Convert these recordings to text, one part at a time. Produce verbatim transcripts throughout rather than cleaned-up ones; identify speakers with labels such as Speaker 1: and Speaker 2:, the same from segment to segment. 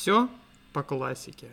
Speaker 1: Все по классике.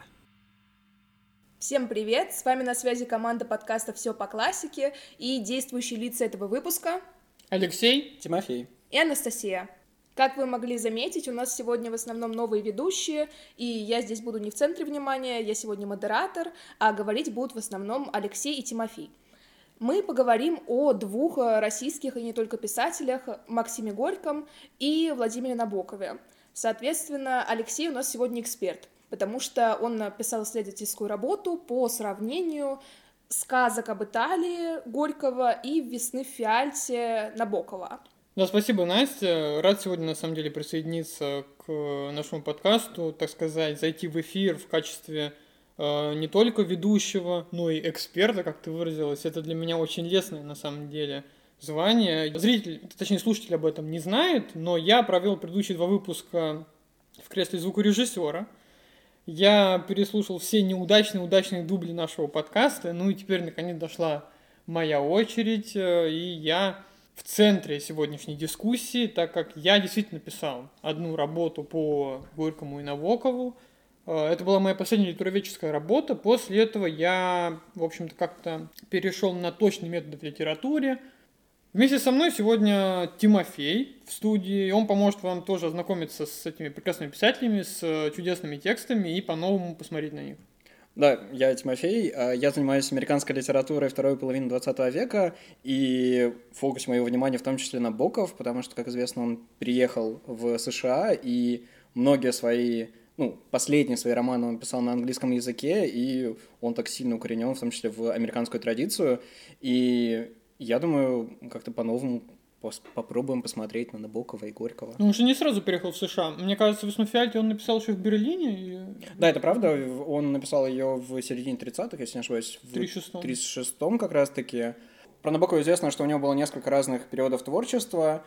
Speaker 2: Всем привет! С вами на связи команда подкаста «Все по классике» и действующие лица этого выпуска
Speaker 1: Алексей,
Speaker 3: Тимофей
Speaker 2: и Анастасия. Как вы могли заметить, у нас сегодня в основном новые ведущие, и я здесь буду не в центре внимания, я сегодня модератор, а говорить будут в основном Алексей и Тимофей. Мы поговорим о двух российских и не только писателях, Максиме Горьком и Владимире Набокове. Соответственно, Алексей у нас сегодня эксперт, потому что он написал исследовательскую работу по сравнению сказок об Италии Горького и «Весны в Фиальте» Набокова.
Speaker 1: Да, спасибо, Настя. Рад сегодня, на самом деле, присоединиться к нашему подкасту, так сказать, зайти в эфир в качестве э, не только ведущего, но и эксперта, как ты выразилась. Это для меня очень лестное, на самом деле, звание. Зритель, точнее, слушатель об этом не знает, но я провел предыдущие два выпуска в кресле звукорежиссера. Я переслушал все неудачные, удачные дубли нашего подкаста, ну и теперь, наконец, дошла моя очередь, и я в центре сегодняшней дискуссии, так как я действительно писал одну работу по Горькому и Набокову. Это была моя последняя литературоведческая работа. После этого я, в общем-то, как-то перешел на точный метод в литературе. Вместе со мной сегодня Тимофей в студии. Он поможет вам тоже ознакомиться с этими прекрасными писателями, с чудесными текстами и по-новому посмотреть на них.
Speaker 3: Да, я Тимофей, я занимаюсь американской литературой второй половины двадцатого века, и в фокусе моего внимания в том числе Набоков, потому что, как известно, он приехал в США, и многие свои, ну, последние свои романы он писал на английском языке, и он так сильно укоренен, в том числе в американскую традицию, и я думаю, как-то по-новому попробуем посмотреть на Набокова и Горького.
Speaker 1: Ну, он же не сразу переехал в США. Мне кажется, «Весну в Фиальте» он написал еще в Берлине. И...
Speaker 3: Да, это правда. Он написал ее в середине тридцатых, если не ошибаюсь. В тридцать шестом как раз-таки. Про Набокова известно, что у него было несколько разных периодов творчества.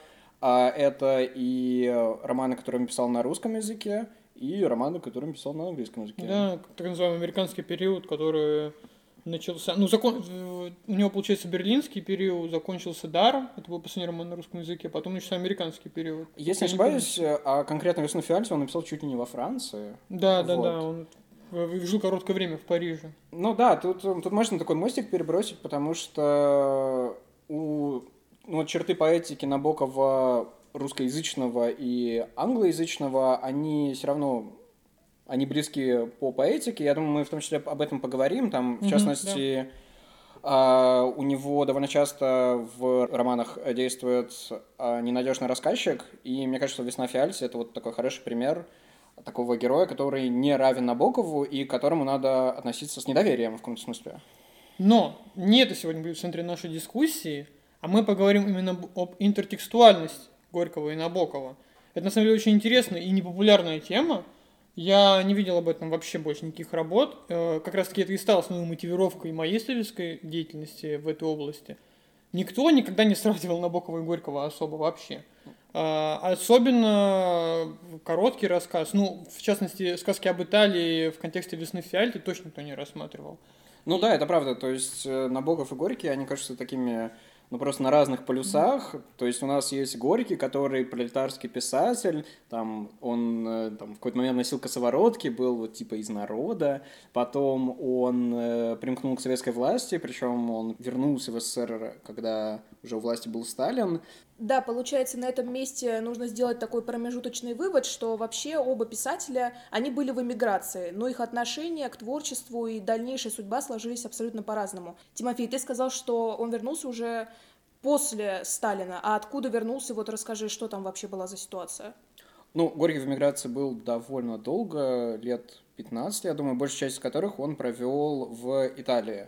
Speaker 3: Это и романы, которые он писал на русском языке, и романы, которые он писал на английском языке.
Speaker 1: Да, так называемый американский период, который... начался, ну, закон, у него, получается, берлинский период, закончился «Дар», это был последний роман на русском языке, потом начался американский период.
Speaker 3: Если не ошибаюсь, а конкретно «Весну в Фиальте» он написал чуть ли не во Франции.
Speaker 1: Да,
Speaker 3: вот.
Speaker 1: да, да, он жил короткое время в Париже.
Speaker 3: Ну да, тут, тут можно такой мостик перебросить, потому что у ну, черты поэтики Набокова русскоязычного и англоязычного, они все равно... Они близки по поэтике. Я думаю, мы в том числе об этом поговорим. Там, в mm-hmm, частности, да. э, у него довольно часто в романах действует э, ненадежный рассказчик. И мне кажется, «Весна в Фиальте» — это вот такой хороший пример такого героя, который не равен Набокову и к которому надо относиться с недоверием в каком-то смысле.
Speaker 1: Но не это сегодня будет в центре нашей дискуссии, а мы поговорим именно об интертекстуальности Горького и Набокова. Это, на самом деле, очень интересная и непопулярная тема. Я не видел об этом вообще больше никаких работ. Как раз-таки это и стало основной мотивировкой моей исследовательской деятельности в этой области. Никто никогда не сравнивал Набокова и Горького особо вообще. Особенно короткий рассказ. Ну, в частности, сказки об Италии в контексте «Весны в Фиальте» точно никто не рассматривал.
Speaker 3: Ну да, это правда. То есть Набоков и Горький, они кажутся такими... Ну, просто на разных полюсах. То есть у нас есть Горький, который пролетарский писатель, там он там, в какой-то момент носил косоворотки, был вот типа из народа, потом он э, примкнул к советской власти, причем он вернулся в СССР, когда уже у власти был Сталин.
Speaker 2: Да, получается, на этом месте нужно сделать такой промежуточный вывод, что вообще оба писателя, они были в эмиграции, но их отношения к творчеству и дальнейшая судьба сложились абсолютно по-разному. Тимофей, ты сказал, что он вернулся уже после Сталина, а откуда вернулся, вот расскажи, что там вообще была за ситуация?
Speaker 3: Ну, Горький в эмиграции был довольно долго, лет пятнадцать, я думаю, большая часть из которых он провел в Италии.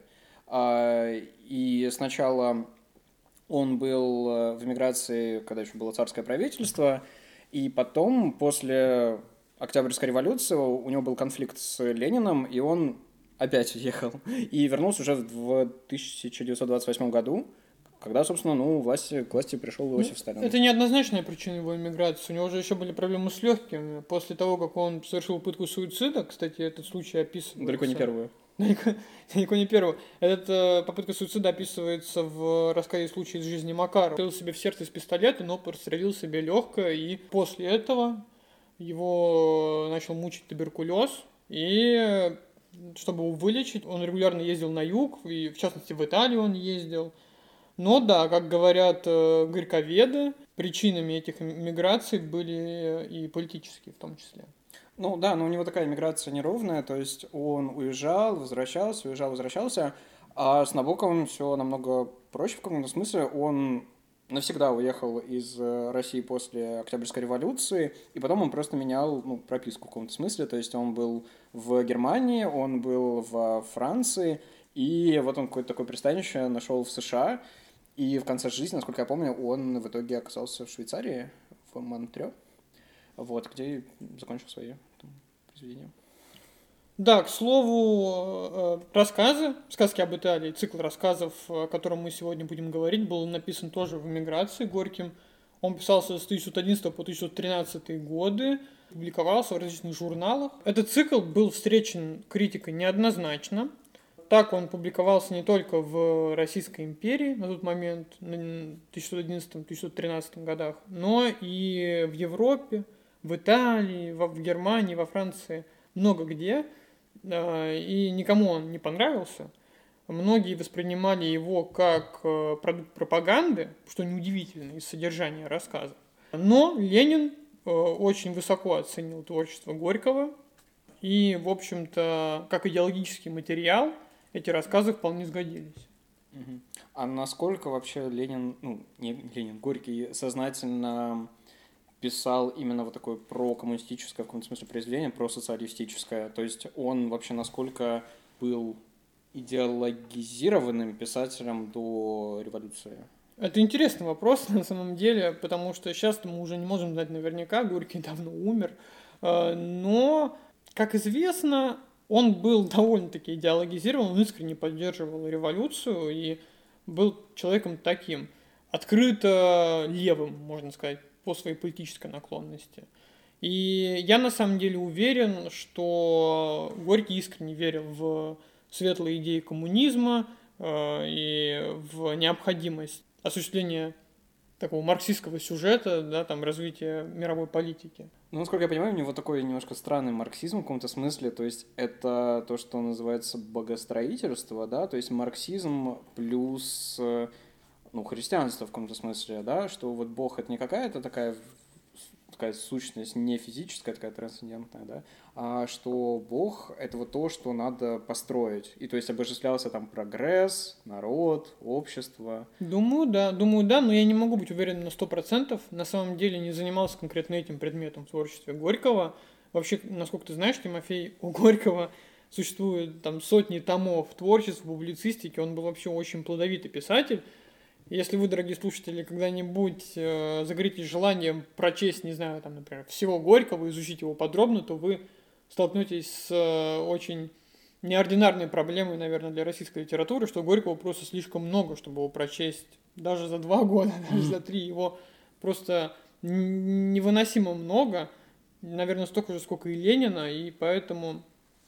Speaker 3: И сначала... Он был в эмиграции, когда еще было царское правительство, и потом, после Октябрьской революции, у него был конфликт с Лениным, и он опять уехал. И вернулся уже в тысяча девятьсот двадцать восьмом году, когда, собственно, ну, власти, к власти пришел Иосиф Сталин.
Speaker 1: Это неоднозначная причина его эмиграции. У него уже еще были проблемы с легкими. После того, как он совершил попытку суицида, кстати, этот случай описывается...
Speaker 3: Далеко не первую.
Speaker 1: Далеко, далеко не первую. Эта попытка суицида описывается в рассказе «Случай из жизни Макара». Стрелил себе в сердце из пистолета, но прострелил себе легкое, и после этого его начал мучить туберкулез, и чтобы его вылечить, он регулярно ездил на юг, и в частности в Италию он ездил. Но да, как говорят горьковеды, причинами этих миграций были и политические в том числе.
Speaker 3: Ну да, но у него такая миграция неровная, то есть он уезжал, возвращался, уезжал, возвращался, а с Набоковым все намного проще в каком-то смысле. Он навсегда уехал из России после Октябрьской революции, и потом он просто менял ну, прописку в каком-то смысле, то есть он был в Германии, он был во Франции, и вот он какое-то такое пристанище нашел в США, и в конце жизни, насколько я помню, он в итоге оказался в Швейцарии, в Монтре, вот, где закончил свои там, произведения.
Speaker 1: Да, к слову, рассказы, сказки об Италии, цикл рассказов, о котором мы сегодня будем говорить, был написан тоже в эмиграции Горьким. Он писался с тысяча девятьсот одиннадцатого по тысяча девятьсот тринадцатый годы, публиковался в различных журналах. Этот цикл был встречен критикой неоднозначно. Так он публиковался не только в Российской империи на тот момент, в тысяча девятьсот одиннадцатом - тысяча девятьсот тринадцатом годах, но и в Европе, в Италии, в Германии, во Франции, много где. И никому он не понравился. Многие воспринимали его как продукт пропаганды, что неудивительно из содержания рассказов. Но Ленин очень высоко оценил творчество Горького, и, в общем-то, как идеологический материал, эти рассказы вполне сгодились.
Speaker 3: А насколько вообще Ленин, ну, не Ленин, Горький сознательно писал именно вот такое прокоммунистическое, в каком-то смысле, произведение, просоциалистическое? То есть он вообще насколько был идеологизированным писателем до революции?
Speaker 1: Это интересный вопрос, на самом деле, потому что сейчас мы уже не можем знать наверняка, Горький давно умер, но, как известно, он был довольно-таки идеологизирован, он искренне поддерживал революцию и был человеком таким, открыто левым, можно сказать, по своей политической наклонности. И я на самом деле уверен, что Горький искренне верил в светлые идеи коммунизма э, и в необходимость осуществления такого марксистского сюжета, да, там, развития мировой политики.
Speaker 3: Ну, насколько я понимаю, у него такой немножко странный марксизм в каком-то смысле, то есть это то, что называется богостроительство, да, то есть марксизм плюс ну, христианство в каком-то смысле, да, что вот Бог это не какая-то такая, такая сущность не физическая, такая трансцендентная, да, а что Бог это вот то, что надо построить. И то есть обожествлялся там прогресс, народ, общество.
Speaker 1: Думаю, да, думаю, да, но я не могу быть уверен на сто процентов. На самом деле не занимался конкретно этим предметом в творчестве Горького. Вообще, насколько ты знаешь, Тимофей, у Горького существует там сотни томов творчества, публицистики, он был вообще очень плодовитый писатель. Если вы, дорогие слушатели, когда-нибудь э, загоритесь желанием прочесть, не знаю, там, например, всего Горького, изучить его подробно, то вы столкнетесь с э, очень неординарной проблемой, наверное, для российской литературы, что Горького просто слишком много, чтобы его прочесть даже за два года, даже за три. Его просто невыносимо много, наверное, столько же, сколько и Ленина, и поэтому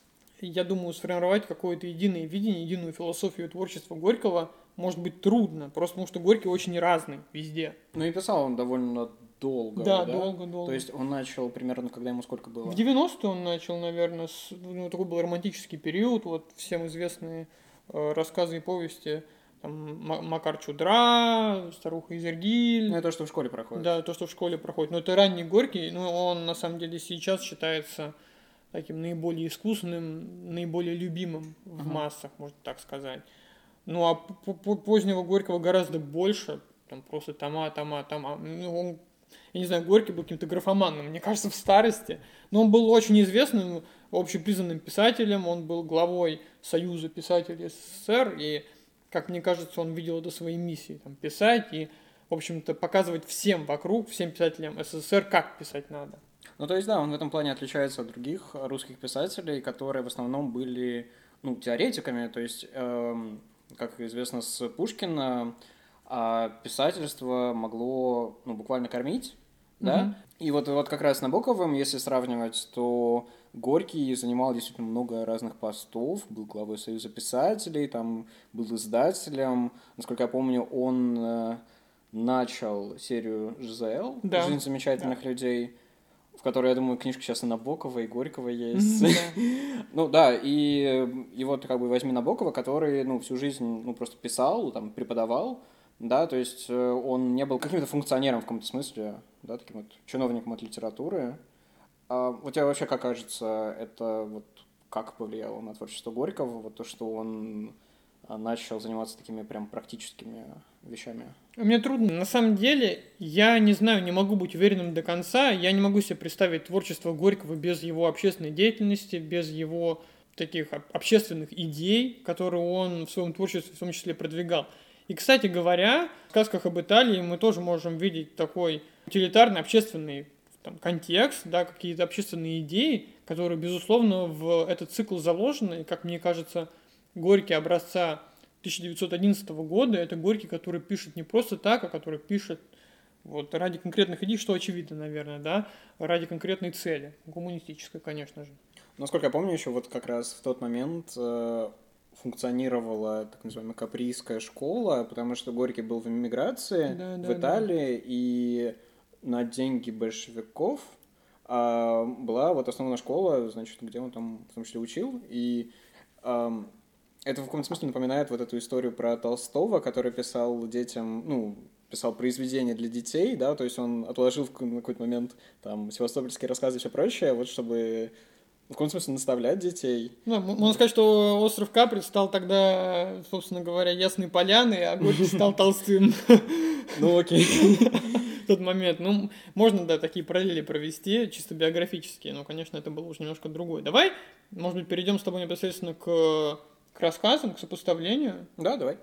Speaker 1: я думаю, сформировать какое-то единое видение, единую философию творчества Горького может быть трудно, просто потому что Горький очень разный везде.
Speaker 3: Ну и писал он довольно долго,
Speaker 1: да?
Speaker 3: Да,
Speaker 1: долго-долго.
Speaker 3: То есть он начал примерно, когда ему сколько было?
Speaker 1: В девяностые он начал, наверное, с, ну, такой был романтический период, вот всем известные э, рассказы и повести, там, Макар Чудра, Старуха Изергиль.
Speaker 3: Ну, это то, что в школе проходит.
Speaker 1: Да, то, что в школе проходит. Но это ранний Горький, но он, на самом деле, сейчас считается таким наиболее искусным, наиболее любимым в uh-huh. массах, можно так сказать. Ну, а позднего Горького гораздо больше, там просто тома, тома, тома. Ну, он, я не знаю, Горький был каким-то графоманом, мне кажется, в старости. Но он был очень известным, общепризнанным писателем, он был главой Союза писателей СССР, и, как мне кажется, он видел это своей миссией, там, писать и, в общем-то, показывать всем вокруг, всем писателям СССР, как писать надо.
Speaker 3: Ну, то есть, да, он в этом плане отличается от других русских писателей, которые в основном были, ну, теоретиками, то есть... Эм... Как известно, с Пушкина писательство могло ну, буквально кормить, mm-hmm. да? И вот, вот как раз с Набоковым, если сравнивать, то Горький занимал действительно много разных постов, был главой Союза писателей, там был издателем. Насколько я помню, он начал серию ЖЗЛ,
Speaker 1: да.
Speaker 3: «Жизнь замечательных
Speaker 1: да.
Speaker 3: людей». в которой, я думаю, книжка сейчас и Набокова, и Горького есть. Ну да, и его ты как бы возьми Набокова, который, ну, всю жизнь, ну, просто писал, там, преподавал, да, то есть он не был каким-то функционером в каком-то смысле, да, таким вот чиновником от литературы. А вот тебе вообще, как кажется, это вот как повлияло на творчество Горького, вот то, что он начал заниматься такими прям практическими вещами?
Speaker 1: Мне трудно. На самом деле, я не знаю, не могу быть уверенным до конца. Я не могу себе представить творчество Горького без его общественной деятельности, без его таких общественных идей, которые он в своем творчестве в том числе продвигал. И, кстати говоря, в сказках об Италии мы тоже можем видеть такой утилитарный общественный там, контекст, да, какие-то общественные идеи, которые, безусловно, в этот цикл заложены. И, как мне кажется, Горький образца тысяча девятьсот одиннадцатого года, это Горький, который пишет не просто так, а который пишет вот, ради конкретных идей, что очевидно, наверное, да, ради конкретной цели, коммунистической, конечно же.
Speaker 3: Насколько я помню, еще вот как раз в тот момент э, функционировала так называемая каприйская школа, потому что Горький был в эмиграции
Speaker 1: да,
Speaker 3: в
Speaker 1: да,
Speaker 3: Италии,
Speaker 1: да.
Speaker 3: и на деньги большевиков а, была вот основная школа, значит, где он там в том числе учил, и а, это в каком-то смысле напоминает вот эту историю про Толстого, который писал детям, ну, писал произведения для детей, да, то есть он отложил в какой-то момент там севастопольские рассказы и все прочее, вот чтобы в каком-то смысле наставлять детей.
Speaker 1: Ну, можно сказать, что остров Капри стал тогда, собственно говоря, Ясной Поляной, а Горький стал Толстым.
Speaker 3: Ну, окей.
Speaker 1: В тот момент. Ну, можно, да, такие параллели провести, чисто биографические, но, конечно, это было уже немножко другое. Давай, может быть, перейдем с тобой непосредственно к, к рассказам, к сопоставлению.
Speaker 3: Да, давай.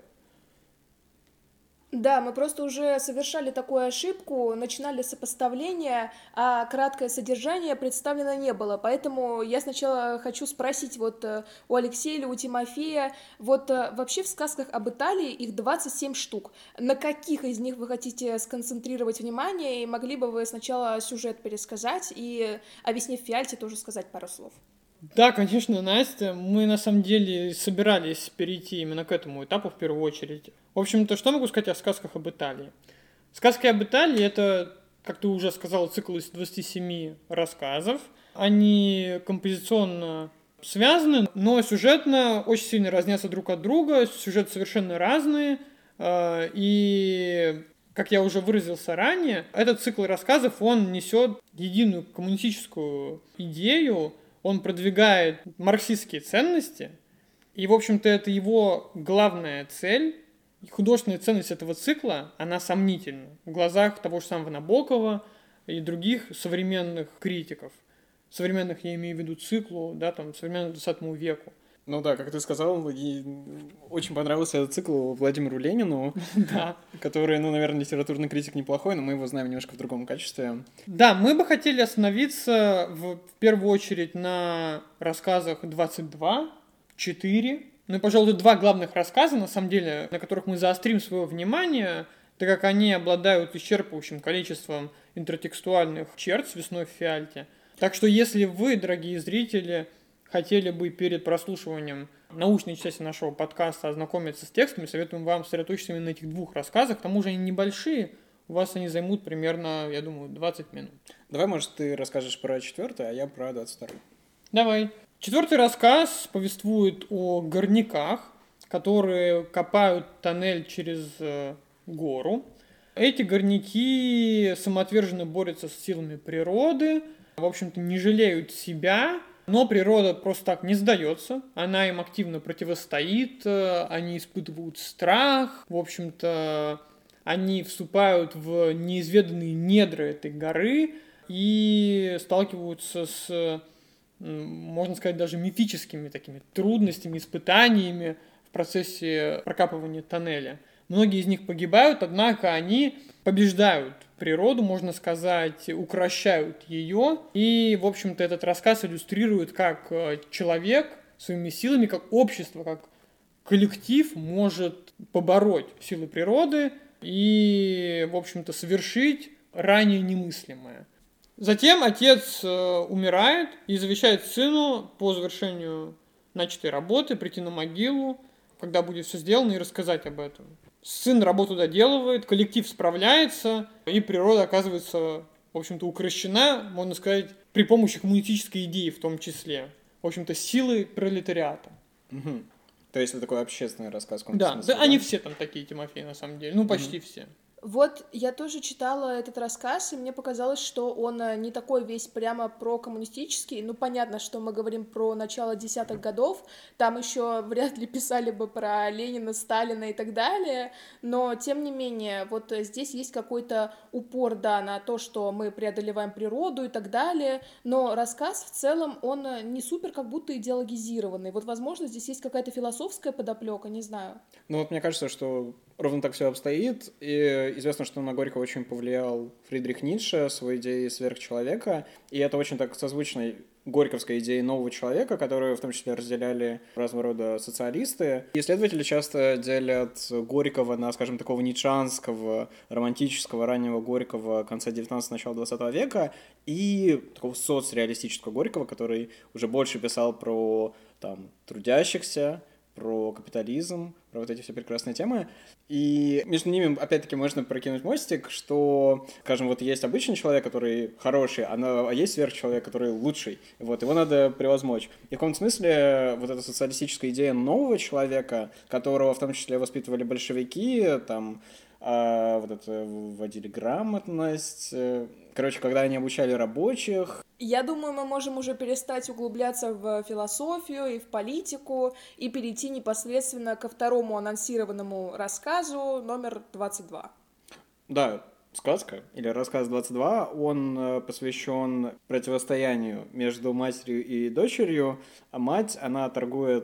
Speaker 2: Да, мы просто уже совершали такую ошибку, начинали сопоставление, а краткое содержание представлено не было. Поэтому я сначала хочу спросить вот у Алексея или у Тимофея, вот вообще в сказках об Италии их двадцать семь штук. На каких из них вы хотите сконцентрировать внимание, и могли бы вы сначала сюжет пересказать и о весне в Фиальте тоже сказать пару слов?
Speaker 1: Да, конечно, Настя. Мы на самом деле собирались перейти именно к этому этапу в первую очередь. В общем-то, что могу сказать о сказках об Италии? Сказки об Италии — это, как ты уже сказал, цикл из двадцати семи рассказов. Они композиционно связаны, но сюжетно очень сильно разнятся друг от друга. Сюжеты совершенно разные. И, как я уже выразился ранее, этот цикл рассказов, он несет единую коммунистическую идею. Он продвигает марксистские ценности, и, в общем-то, это его главная цель. И художественная ценность этого цикла, она сомнительна в глазах того же самого Набокова и других современных критиков. Современных, я имею в виду циклу, да, там, современному двадцатому веку.
Speaker 3: Ну да, как ты сказал, очень понравился этот цикл Владимиру Ленину,
Speaker 1: да.
Speaker 3: который, ну, наверное, литературный критик неплохой, но мы его знаем немножко в другом качестве.
Speaker 1: Да, мы бы хотели остановиться в, в первую очередь на рассказах двадцать два, четыре. Ну и, пожалуй, два главных рассказа, на самом деле, на которых мы заострим свое внимание, так как они обладают исчерпывающим количеством интертекстуальных черт с «Весной в Фиальте». Так что, если вы, дорогие зрители, хотели бы перед прослушиванием научной части нашего подкаста ознакомиться с текстами, советуем вам сосредоточиться именно на этих двух рассказах. К тому же они небольшие, у вас они займут примерно, я думаю, двадцать минут.
Speaker 3: Давай, может, ты расскажешь про четвертый, а я про двадцать второй.
Speaker 1: Давай. Четвертый рассказ повествует о горняках, которые копают тоннель через гору. Эти горняки самоотверженно борются с силами природы, в общем-то, не жалеют себя. Но природа просто так не сдается, она им активно противостоит, они испытывают страх, в общем-то, они вступают в неизведанные недра этой горы и сталкиваются с, можно сказать, даже мифическими такими трудностями, испытаниями в процессе прокапывания тоннеля. Многие из них погибают, однако они побеждают природу, можно сказать, укрощают ее. И, в общем-то, этот рассказ иллюстрирует, как человек своими силами, как общество, как коллектив может побороть силы природы и, в общем-то, совершить ранее немыслимое. Затем отец умирает и завещает сыну по завершению начатой работы прийти на могилу, когда будет все сделано, и рассказать об этом. Сын работу доделывает, коллектив справляется, и природа оказывается в общем-то, укращена, можно сказать, при помощи коммунистической идеи в том числе. В общем-то, силы пролетариата.
Speaker 3: Угу. То есть это такой общественный рассказ. В
Speaker 1: Да,
Speaker 3: смысле,
Speaker 1: да, они все там такие, Тимофей, на самом деле. Ну, почти угу. все.
Speaker 2: Вот я тоже читала этот рассказ, и мне показалось, что он не такой весь прямо про-коммунистический. Ну, понятно, что мы говорим про начало десятых годов, там еще вряд ли писали бы про Ленина, Сталина и так далее, но, тем не менее, вот здесь есть какой-то упор, да, на то, что мы преодолеваем природу и так далее, но рассказ в целом, он не супер как будто идеологизированный. Вот, возможно, здесь есть какая-то философская подоплека, не знаю.
Speaker 3: Ну, вот мне кажется, что ровно так все обстоит, и известно, что на Горького очень повлиял Фридрих Ницше своей идеей сверхчеловека, и это очень так созвучно горьковской идеей нового человека, которую в том числе разделяли разного рода социалисты. Исследователи часто делят Горького на, скажем, такого ницшанского, романтического, раннего Горького конца девятнадцатого, начала двадцатого века и такого соцреалистического Горького, который уже больше писал про там, трудящихся, про капитализм, про вот эти все прекрасные темы. И между ними, опять-таки, можно прокинуть мостик, что, скажем, вот есть обычный человек, который хороший, а есть сверхчеловек, который лучший. Вот, его надо превозмочь. И в каком-то смысле вот эта социалистическая идея нового человека, которого в том числе воспитывали большевики, там, а, вот это вводили грамотность. Короче, когда они обучали рабочих.
Speaker 2: Я думаю, мы можем уже перестать углубляться в философию и в политику и перейти непосредственно ко второму анонсированному рассказу номер двадцать два.
Speaker 3: Да, сказка или рассказ двадцать два, он посвящен противостоянию между матерью и дочерью. А мать, она торгует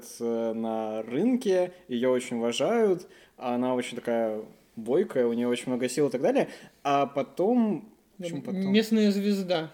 Speaker 3: на рынке, ее очень уважают, она очень такая бойкая, у нее очень много сил и так далее. А потом...
Speaker 1: потом? Местная звезда.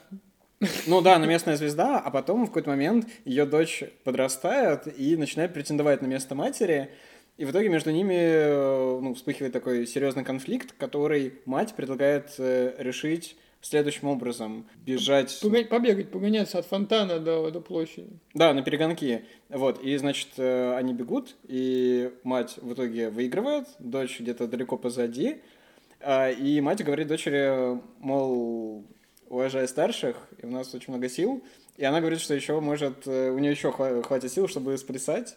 Speaker 3: Ну да, она местная звезда, а потом в какой-то момент ее дочь подрастает и начинает претендовать на место матери. И в итоге между ними ну, вспыхивает такой серьезный конфликт, который мать предлагает решить следующим образом. Бежать...
Speaker 1: Побегать, погоняться от фонтана до, до площади.
Speaker 3: Да, на перегонки. Вот, и, значит, они бегут, и мать в итоге выигрывает, дочь где-то далеко позади, и мать говорит дочери, мол, уважай старших, и у нас очень много сил, и она говорит, что еще может, у нее еще хватит сил, чтобы сплясать,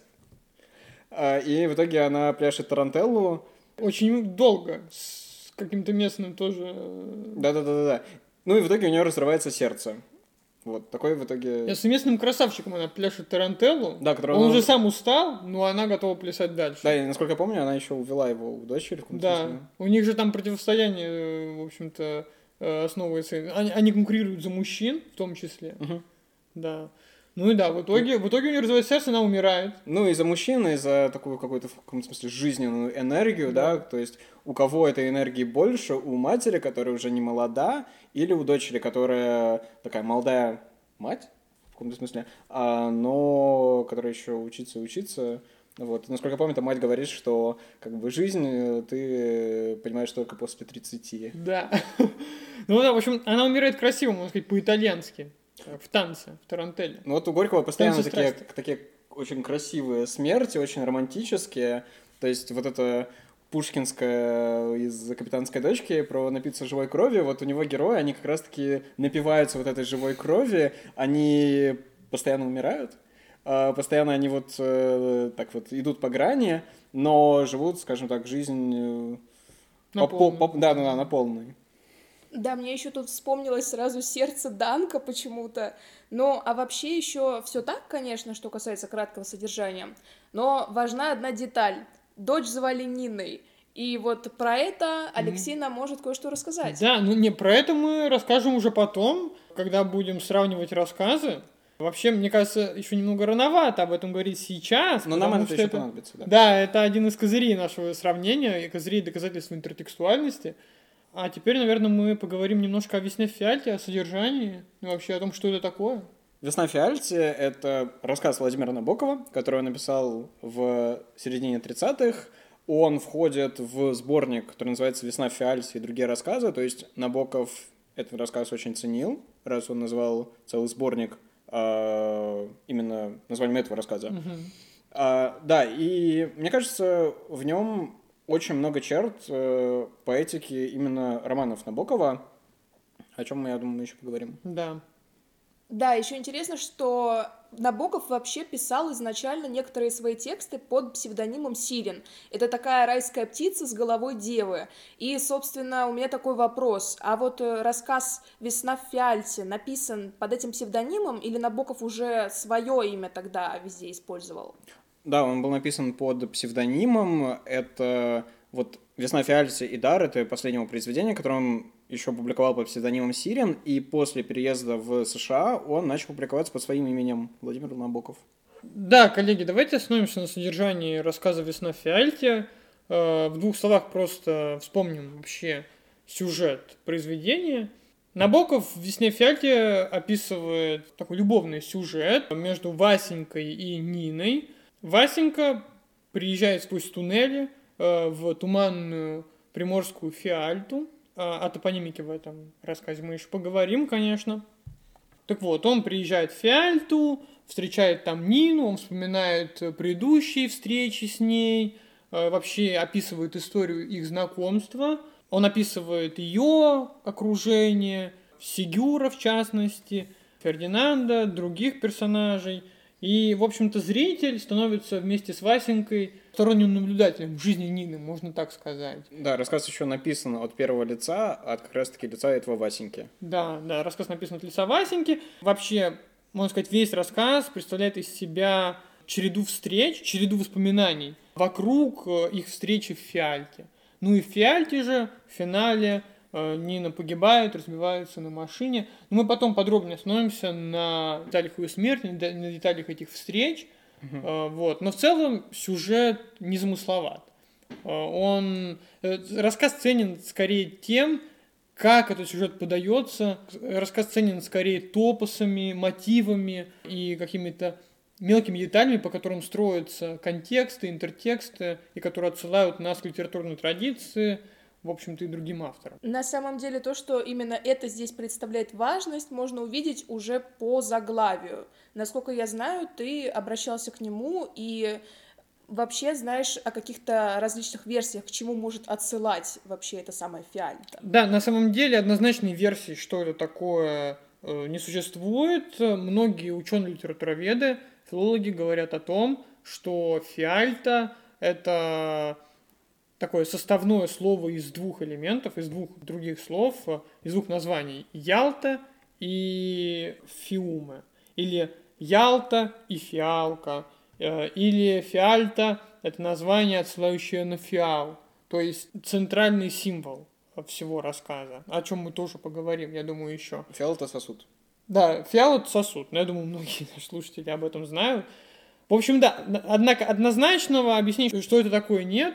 Speaker 3: и в итоге она пляшет тарантеллу.
Speaker 1: Очень долго, с каким-то местным тоже...
Speaker 3: Да-да-да-да. Ну и в итоге у нее разрывается сердце. Вот, такой в итоге...
Speaker 1: С местным красавчиком она пляшет тарантеллу.
Speaker 3: Да, который
Speaker 1: он
Speaker 3: она...
Speaker 1: уже сам устал, но она готова плясать дальше.
Speaker 3: Да, и насколько я помню, она еще увела его у дочери.
Speaker 1: Да, смысле. У них же там противостояние, в общем-то, основывается... Они, они конкурируют за мужчин, в том числе.
Speaker 3: Угу.
Speaker 1: Да. Ну и да, в итоге, в итоге у нее разрывается сердце, она умирает.
Speaker 3: Ну и за мужчин, и за такую какую-то, в каком-то смысле, жизненную энергию, да. да, то есть у кого этой энергии больше, у матери, которая уже не молода, или у дочери, которая такая молодая мать, в каком-то смысле, а, но которая еще учится и учится. Вот. Насколько я помню, там мать говорит, что как бы жизнь ты понимаешь только после тридцати.
Speaker 1: Да. Ну да, в общем, она умирает красиво, можно сказать, по-итальянски. В танце, в тарантелле.
Speaker 3: Ну вот у Горького постоянно такие, такие очень красивые смерти, очень романтические. То есть вот это пушкинская из «Капитанской дочки» про напиться живой крови. Вот у него герои, они как раз-таки напиваются вот этой живой крови. Они постоянно умирают. Постоянно они вот так вот идут по грани, но живут, скажем так, жизнь...
Speaker 1: На
Speaker 3: по, по, да, да, на полной.
Speaker 2: Да, мне еще тут вспомнилось сразу сердце Данка почему-то. Ну, а вообще еще все так, конечно, что касается краткого содержания. Но важна одна деталь. Дочь звали Ниной. И вот про это Алексей нам может кое-что рассказать.
Speaker 1: Да, ну не, про это мы расскажем уже потом, когда будем сравнивать рассказы. Вообще, мне кажется, еще немного рановато об этом говорить сейчас.
Speaker 3: Но нам это еще
Speaker 1: это...
Speaker 3: понадобится, да.
Speaker 1: Да, это один из козырей нашего сравнения, и козырей доказательства интертекстуальности. А теперь, наверное, мы поговорим немножко о «Весне в Фиалте», о содержании, и вообще о том, что это такое.
Speaker 3: «Весна в Фиалте» — это рассказ Владимира Набокова, который он написал в середине тридцатых. Он входит в сборник, который называется «Весна в Фиалте» и другие рассказы. То есть Набоков этот рассказ очень ценил, раз он назвал целый сборник а, именно названием этого рассказа.
Speaker 1: Uh-huh.
Speaker 3: А, да, и мне кажется, в нем очень много черт э, поэтики именно романов Набокова. О чем мы, я думаю, мы еще поговорим.
Speaker 1: Да.
Speaker 2: Да, еще интересно, что Набоков вообще писал изначально некоторые свои тексты под псевдонимом Сирен. Это такая райская птица с головой девы. И, собственно, у меня такой вопрос. А вот рассказ «Весна в Фиальте» написан под этим псевдонимом или Набоков уже свое имя тогда везде использовал?
Speaker 3: Да, он был написан под псевдонимом. Это вот «Весна в Фиальте» и «Дар» — это последнее его произведение, которое он еще публиковал под псевдонимом Сирен, и после переезда в США он начал публиковаться под своим именем Владимир Набоков.
Speaker 1: Да, коллеги, давайте остановимся на содержании рассказа «Весна в Фиальте». В двух словах просто вспомним вообще сюжет произведения. Набоков в «Весне в Фиальте» описывает такой любовный сюжет между Васенькой и Ниной. Васенька приезжает сквозь туннели в туманную приморскую Фиальту. О топонимике в этом рассказе мы еще поговорим, конечно. Так вот, он приезжает в Фиальту, встречает там Нину, он вспоминает предыдущие встречи с ней, вообще описывает историю их знакомства. Он описывает ее окружение, Сигюра в частности, Фердинанда, других персонажей. И, в общем-то, зритель становится вместе с Васенькой сторонним наблюдателем в жизни Нины, можно так сказать.
Speaker 3: Да, рассказ еще написан от первого лица, от как раз-таки лица этого Васеньки.
Speaker 1: Да, да, рассказ написан от лица Васеньки. Вообще, можно сказать, весь рассказ представляет из себя череду встреч, череду воспоминаний вокруг их встречи в Фиальте. Ну и в Фиальте же в финале Нина погибает, разбивается на машине. Но мы потом подробнее остановимся на деталях ее смерти, на деталях этих встреч. Uh-huh. Вот. Но в целом сюжет незамысловат. Он... Рассказ ценен скорее тем, как этот сюжет подается. Рассказ ценен скорее топосами, мотивами и какими-то мелкими деталями, по которым строятся контексты, интертексты, и которые отсылают нас к литературной традиции, в общем-то, и другим авторам.
Speaker 2: На самом деле, то, что именно это здесь представляет важность, можно увидеть уже по заглавию. Насколько я знаю, ты обращался к нему и вообще знаешь о каких-то различных версиях, к чему может отсылать вообще эта самая Фиальта.
Speaker 1: Да, на самом деле однозначной версии, что это такое, не существует. Многие ученые-литературоведы, филологи говорят о том, что Фиальта — это такое составное слово из двух элементов, из двух других слов, из двух названий. Ялта и Фиуме. Или Ялта и Фиалка. Или Фиальта – это название, отсылающее на фиал. То есть центральный символ всего рассказа, о чем мы тоже поговорим, я думаю, еще.
Speaker 3: Фиал – это сосуд.
Speaker 1: Да, фиал – это сосуд. Я думаю, многие наши слушатели об этом знают. В общем, да, однако однозначного объяснения, что это такое, нет.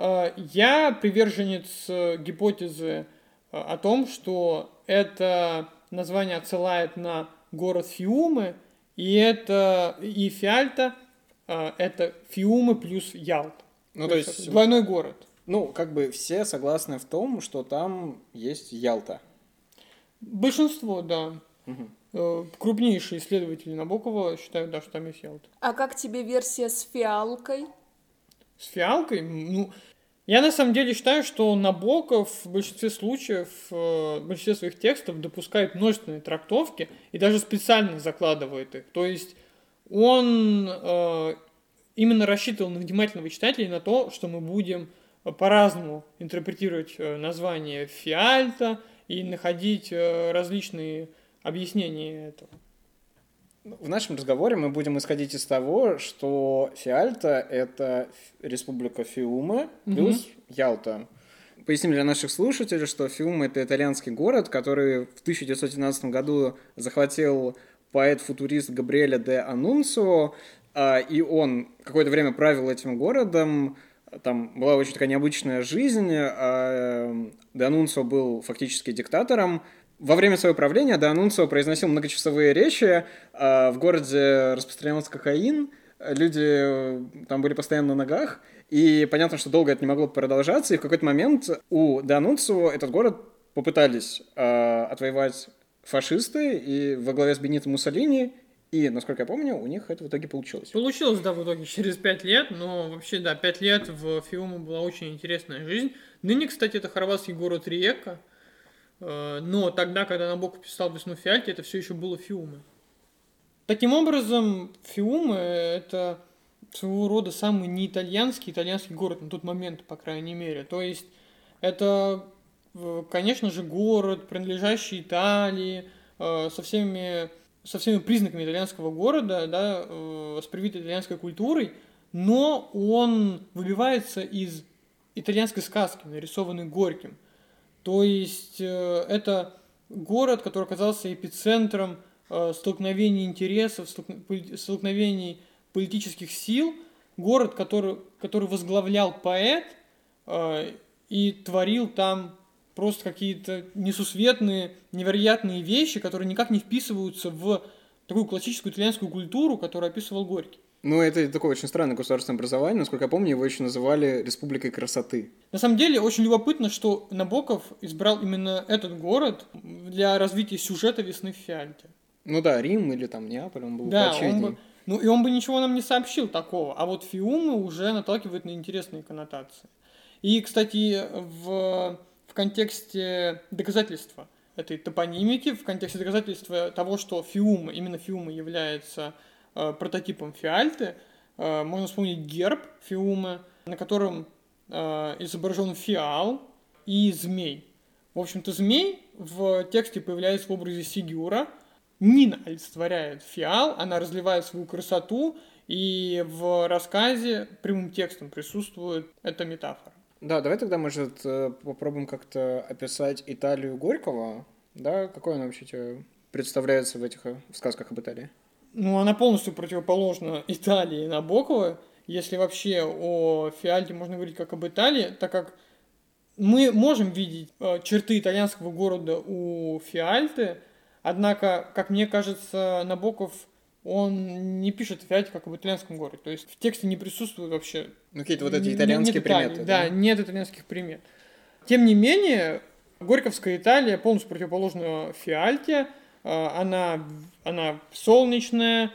Speaker 1: Я приверженец гипотезы о том, что это название отсылает на город Фиуме, и это и Фиальта это Фиуме плюс Ялта.
Speaker 3: Ну, то, то есть, есть
Speaker 1: двойной город.
Speaker 3: Ну, как бы все согласны в том, что там есть Ялта.
Speaker 1: Большинство, да.
Speaker 3: Угу.
Speaker 1: Крупнейшие исследователи Набокова считают, да, что там есть Ялта.
Speaker 2: А как тебе версия с фиалкой?
Speaker 1: С фиалкой? Ну, я на самом деле считаю, что Набоков в большинстве случаев, в большинстве своих текстов допускает множественные трактовки и даже специально закладывает их. То есть он э, именно рассчитывал на внимательного читателя, на то, что мы будем по-разному интерпретировать название Фиальта и находить э, различные объяснения этого.
Speaker 3: В нашем разговоре мы будем исходить из того, что Фиальта — это республика Фиуме плюс угу. Ялта. Поясним для наших слушателей, что Фиуме — это итальянский город, который в тысяча девятьсот двенадцатом году захватил поэт-футурист Габриэле де Анунцио, и он какое-то время правил этим городом. Там была очень такая необычная жизнь. Де Анунцио был фактически диктатором. Во время своего правления Де Анунцио произносил многочасовые речи, в городе распространялся кокаин, люди там были постоянно на ногах, и понятно, что долго это не могло продолжаться, и в какой-то момент у Де Анунцио этот город попытались отвоевать фашисты и во главе с Бенито Муссолини, и, насколько я помню, у них это в итоге получилось.
Speaker 1: Получилось, да, в итоге через пять лет, но вообще, да, пять лет в Фиуме была очень интересная жизнь. Ныне, кстати, это хорватский город Риека. но тогда, когда Набоков писал «Весну в Фиалте», это все еще было Фиуме. Таким образом, Фиуме — это своего рода самый неитальянский итальянский город на тот момент, по крайней мере. То есть это, конечно же, город, принадлежащий Италии, со всеми, со всеми признаками итальянского города, да, с привитой итальянской культурой, но он выбивается из итальянской сказки, нарисованной Горьким. То есть это город, который оказался эпицентром столкновений интересов, столкновений политических сил, город, который, который возглавлял поэт э, и творил там просто какие-то несусветные, невероятные вещи, которые никак не вписываются в такую классическую итальянскую культуру, которую описывал Горький.
Speaker 3: Ну, это такое очень странное государственное образование. Насколько я помню, его еще называли Республикой красоты.
Speaker 1: На самом деле, очень любопытно, что Набоков избрал именно этот город для развития сюжета «Весны в Фиальте».
Speaker 3: Ну да, Рим или там Неаполь, он был
Speaker 1: да,
Speaker 3: поочевиднее.
Speaker 1: Он бы, ну и он бы ничего нам не сообщил такого, а вот Фиуме уже наталкивает на интересные коннотации. И, кстати, в, в контексте доказательства этой топонимики, в контексте доказательства того, что Фиуме, именно Фиуме является э, прототипом Фиальты, э, можно вспомнить герб Фиуме, на котором э, изображен фиал и змей. В общем-то, змей в тексте появляется в образе Сигюра. Нина олицетворяет фиал, она разливает свою красоту, и в рассказе прямым текстом присутствует эта метафора.
Speaker 3: Да, давай тогда, может, попробуем как-то описать Италию Горького, да, какой она вообще тебе представляется в этих в сказках об Италии?
Speaker 1: Ну, она полностью противоположна Италии Набокова, если вообще о Фиальте можно говорить как об Италии, так как мы можем видеть черты итальянского города у Фиальты. Однако, как мне кажется, Набоков, он не пишет в Фиальте как об итальянском городе. То есть в тексте не присутствует вообще...
Speaker 3: Ну, какие-то вот эти итальянские приметы.
Speaker 1: Да, да, нет итальянских примет. Тем не менее, Горьковская Италия полностью противоположна Фиальте. Она, она солнечная,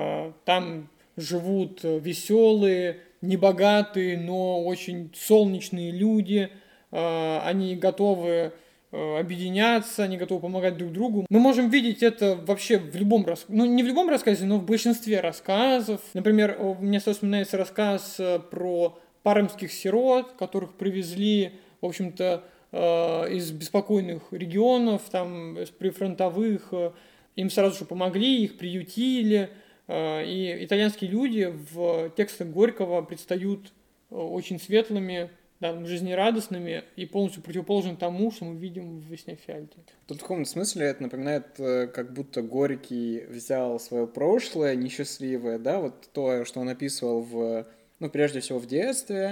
Speaker 1: там живут веселые, небогатые, но очень солнечные люди. Они готовы объединяться, они готовы помогать друг другу. Мы можем видеть это вообще в любом рассказе, ну не в любом рассказе, но в большинстве рассказов. Например, мне сразу вспоминается рассказ про пармских сирот, которых привезли, в общем-то, из беспокойных регионов, там, из прифронтовых. Им сразу же помогли, их приютили. И итальянские люди в текстах Горького предстают очень светлыми, да, жизнерадостными и полностью противоположным тому, что мы видим в «Весне в Фиальте».
Speaker 3: Тут в каком-то смысле это напоминает, как будто Горький взял свое прошлое несчастливое, да, вот то, что он описывал в, ну, прежде всего в детстве,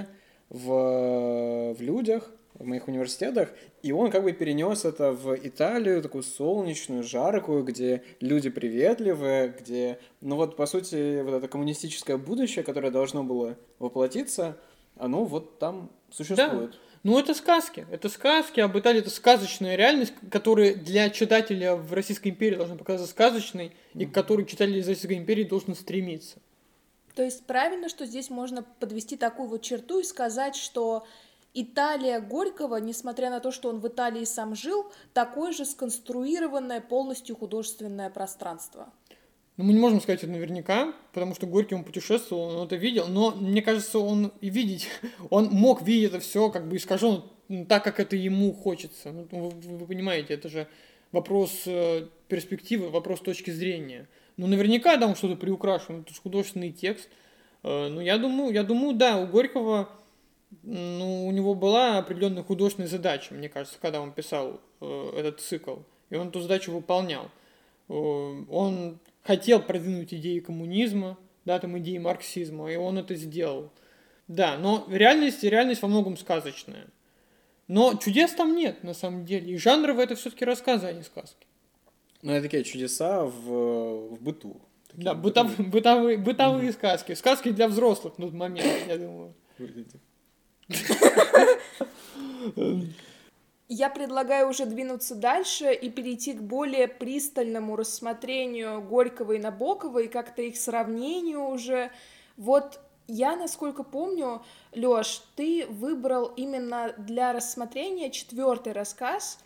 Speaker 3: в, в людях, в моих университетах, и он как бы перенес это в Италию, такую солнечную, жаркую, где люди приветливые, где, ну вот, по сути, вот это коммунистическое будущее, которое должно было воплотиться, оно вот там существует.
Speaker 1: Да. Ну, это сказки. Это сказки об Италии, это сказочная реальность, которая для читателя в Российской империи должна показаться сказочной, mm-hmm. и к которой читатель из Российской империи должен стремиться.
Speaker 2: То есть правильно, что здесь можно подвести такую вот черту и сказать, что Италия Горького, несмотря на то, что он в Италии сам жил, такое же сконструированное полностью художественное пространство.
Speaker 1: Ну, мы не можем сказать это наверняка, потому что Горький он путешествовал, он это видел, но мне кажется, он и видеть, он мог видеть это все как бы искаженно так, как это ему хочется. Ну, вы, вы понимаете, это же вопрос перспективы, вопрос точки зрения. Ну, наверняка, да, он что-то приукрашен, это же художественный текст. Ну, я думаю, я думаю, да, у Горького, ну, у него была определенная художественная задача, мне кажется, когда он писал этот цикл, и он эту задачу выполнял. Он хотел продвинуть идеи коммунизма, да, там идеи марксизма, и он это сделал. Да, но реальность, реальность во многом сказочная. Но чудес там нет, на самом деле. И жанрово это все-таки рассказы, а не сказки.
Speaker 3: Ну, это такие чудеса в, в быту. Такие
Speaker 1: да, бытов, бытовые, бытовые mm-hmm. сказки. Сказки для взрослых на тот момент, я думаю.
Speaker 2: Я предлагаю уже двинуться дальше и перейти к более пристальному рассмотрению Горького и Набокова и как-то их сравнению уже. Вот я, насколько помню, Лёш, ты выбрал именно для рассмотрения четвертый рассказ,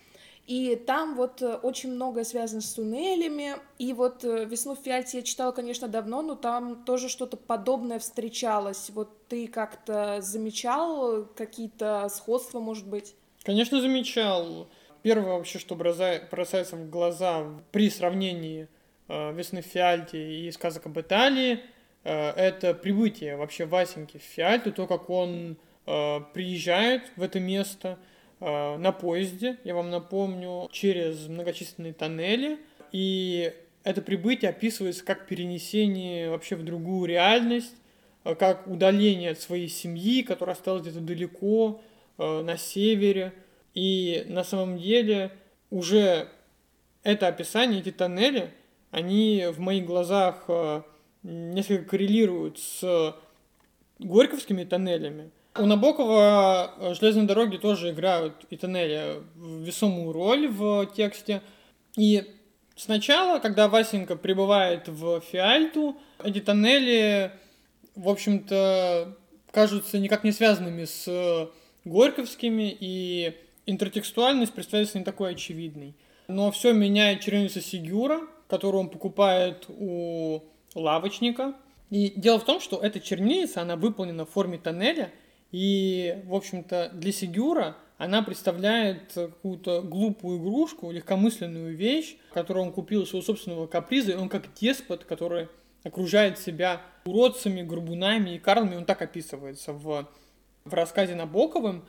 Speaker 2: и там вот очень многое связано с туннелями, и вот «Весну в Фиальте» я читала, конечно, давно, но там тоже что-то подобное встречалось. Вот ты как-то замечал какие-то сходства, может быть?
Speaker 1: Конечно, замечал. Первое вообще, что бросается в глаза при сравнении э, «Весны в Фиальте» и «Сказок об Италии», э, это прибытие вообще Васеньки в Фиальту, то, как он э, приезжает в это место э, на поезде, я вам напомню, через многочисленные тоннели, и это прибытие описывается как перенесение вообще в другую реальность, э, как удаление от своей семьи, которая осталась где-то далеко, э, на севере. И на самом деле уже это описание, эти тоннели, они в моих глазах несколько коррелируют с горьковскими тоннелями. У Набокова железные дороги тоже играют и тоннели весомую роль в тексте. И сначала, когда Васенька прибывает в Фиальту, эти тоннели, в общем-то, кажутся никак не связанными с горьковскими, и интертекстуальность представляется не такой очевидной. Но все меняет чернильница Сигюра, которую он покупает у лавочника. И дело в том, что эта чернильница, она выполнена в форме тоннеля, и, в общем-то, для Сигюра она представляет какую-то глупую игрушку, легкомысленную вещь, которую он купил из своего собственного каприза, и он как деспот, который окружает себя уродцами, горбунами и карлами, он так описывается в, в рассказе Набоковым.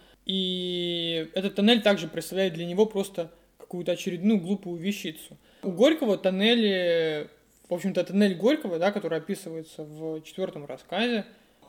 Speaker 1: И этот тоннель также представляет для него просто какую-то очередную глупую вещицу. У Горького тоннели, в общем-то, тоннель Горького, да, который описывается в четвертом рассказе,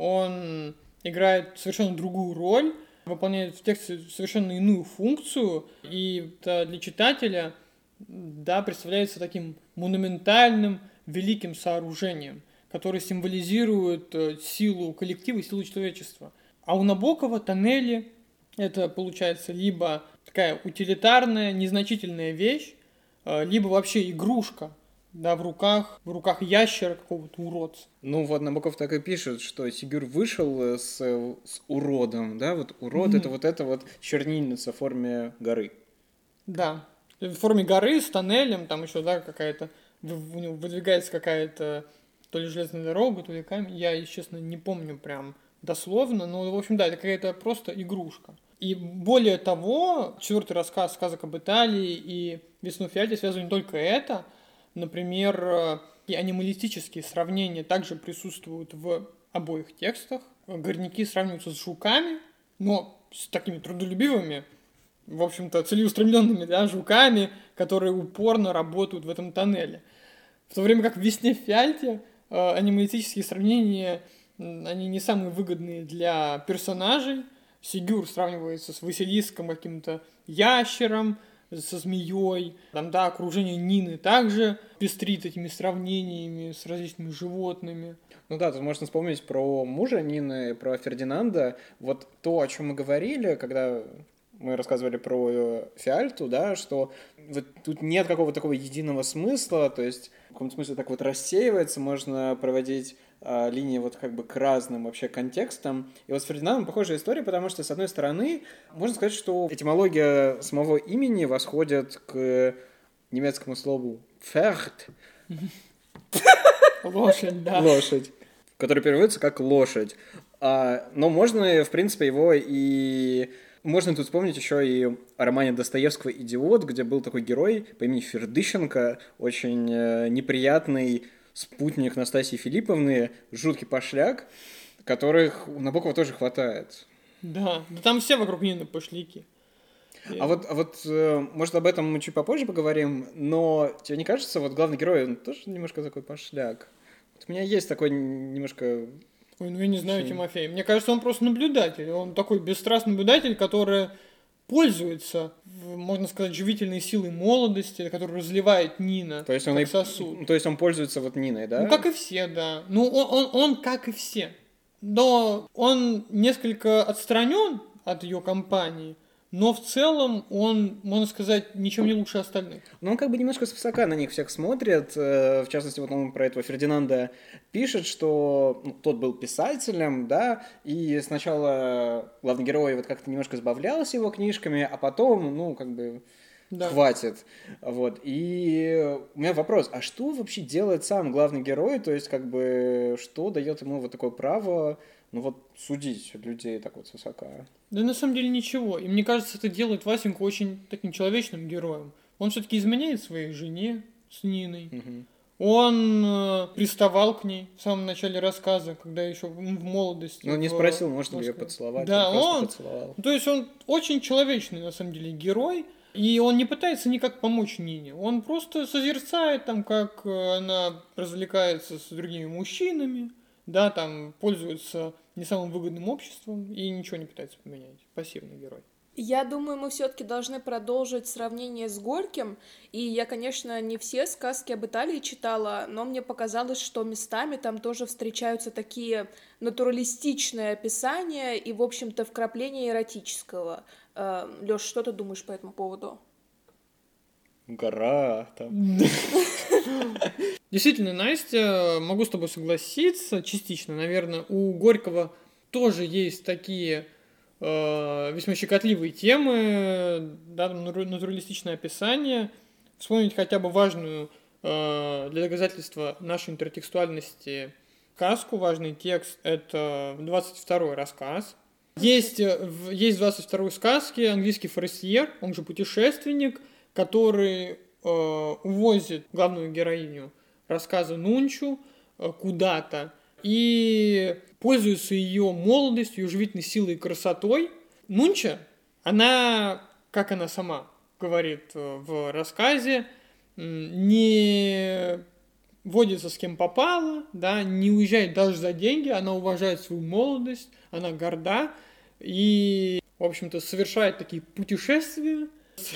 Speaker 1: он играет совершенно другую роль, выполняет в тексте совершенно иную функцию, и это для читателя, да, представляется таким монументальным, великим сооружением, которое символизирует силу коллектива и силу человечества. А у Набокова тоннели — это, получается, либо такая утилитарная, незначительная вещь, либо вообще игрушка, да, в руках, в руках ящера какого-то уродца.
Speaker 3: Ну вот Набоков так и пишет, что Сигюр вышел с, с уродом, да, вот урод mm-hmm. это вот эта вот чернильница в форме горы.
Speaker 1: Да, в форме горы с тоннелем, там еще, да, какая-то, у него выдвигается какая-то то ли железная дорога, то ли камень, я, если честно, не помню прям дословно, но, в общем, да, это какая-то просто игрушка. И более того, четвертый рассказ «Сказок об Италии» и «Весну в Фиальте» связывают не только это. Например, и анималистические сравнения также присутствуют в обоих текстах. Горняки сравниваются с жуками, но с такими трудолюбивыми, в общем-то, целеустремленными, да, жуками, которые упорно работают в этом тоннеле. В то время как в «Весне в Фиальте» анималистические сравнения, они не самые выгодные для персонажей. Сигюр сравнивается с Василиском, каким-то ящером, со змеей. Там, да, окружение Нины также пестрит этими сравнениями с различными животными.
Speaker 3: Ну да, тут можно вспомнить про мужа Нины, про Фердинанда. Вот то, о чем мы говорили, когда мы рассказывали про Фиальту, да, что вот тут нет какого-то такого единого смысла, то есть в каком-то смысле так вот рассеивается, можно проводить а, линии вот как бы к разным вообще контекстам. И вот с Фердинандом похожая история, потому что, с одной стороны, можно сказать, что этимология самого имени восходит к немецкому слову «Pferd».
Speaker 1: Лошадь, да.
Speaker 3: Лошадь, который переводится как «лошадь». А, но можно, в принципе, его и... Можно тут вспомнить еще и о романе Достоевского «Идиот», где был такой герой по имени Фердыщенко, очень э, неприятный спутник Настасьи Филипповны, жуткий пошляк, которых у Набокова тоже хватает.
Speaker 1: Да, да там все вокруг Нины пошляки.
Speaker 3: А вот, а вот, э, может, об этом мы чуть попозже поговорим, но тебе не кажется, вот главный герой, он тоже немножко такой пошляк? Вот у меня есть такой немножко...
Speaker 1: Ой, ну я не знаю, Тимофей. Мне кажется, он просто наблюдатель. Он такой бесстрастный наблюдатель, который пользуется, можно сказать, живительной силой молодости, который разливает Нина,
Speaker 3: то есть
Speaker 1: как
Speaker 3: он и...
Speaker 1: сосуд.
Speaker 3: То есть он пользуется вот Ниной, да?
Speaker 1: Ну, как и все, да. Ну, он, он, он как и все. Но он несколько отстранен от ее компании, но в целом он, можно сказать, ничем не лучше остальных.
Speaker 3: Ну, он как бы немножко свысока на них всех смотрит. В частности, вот он про этого Фердинанда пишет, что ну, тот был писателем, да, и сначала главный герой вот как-то немножко забавлялся его книжками, а потом, ну, как бы
Speaker 1: Да.
Speaker 3: Хватит. Вот. И у меня вопрос, а что вообще делает сам главный герой? То есть, как бы, что дает ему вот такое право, ну вот, судить людей так вот свысока?
Speaker 1: Да на самом деле ничего. И мне кажется, это делает Васеньку очень таким человечным героем. Он все-таки изменяет своей жене с Ниной.
Speaker 3: Угу.
Speaker 1: Он э, приставал к ней в самом начале рассказа, когда еще в молодости.
Speaker 3: Ну, не
Speaker 1: в,
Speaker 3: спросил, может ли
Speaker 1: Москве.
Speaker 3: ее поцеловать.
Speaker 1: Да,
Speaker 3: он,
Speaker 1: он,
Speaker 3: просто поцеловал.
Speaker 1: то есть он очень человечный, на самом деле, герой, и он не пытается никак помочь Нине. Он просто созерцает, там, как она развлекается с другими мужчинами, да, там, пользуется не самым выгодным обществом и ничего не пытается поменять. Пассивный герой.
Speaker 2: Я думаю, мы все-таки должны продолжить сравнение с Горьким. И я, конечно, не все сказки об Италии читала, но мне показалось, что местами там тоже встречаются такие натуралистичные описания и, в общем-то, вкрапления эротического. Лёш, что ты думаешь по этому поводу?
Speaker 3: Гора там.
Speaker 1: Действительно, Настя, могу с тобой согласиться частично. Наверное, у Горького тоже есть такие э, весьма щекотливые темы, да, натуралистичное описание. Вспомнить хотя бы важную э, для доказательства нашей интертекстуальности сказку, важный текст, это двадцать второй рассказ. Есть, есть в двадцать второй сказке английский форестьер, он же путешественник, который э, увозит главную героиню рассказа Нунчу э, куда-то и пользуется ее молодостью, ее живительной силой и красотой. Нунча, она, как она сама говорит э, в рассказе, не водится с кем попало, да, не уезжает даже за деньги, она уважает свою молодость, она горда и, в общем-то, совершает такие путешествия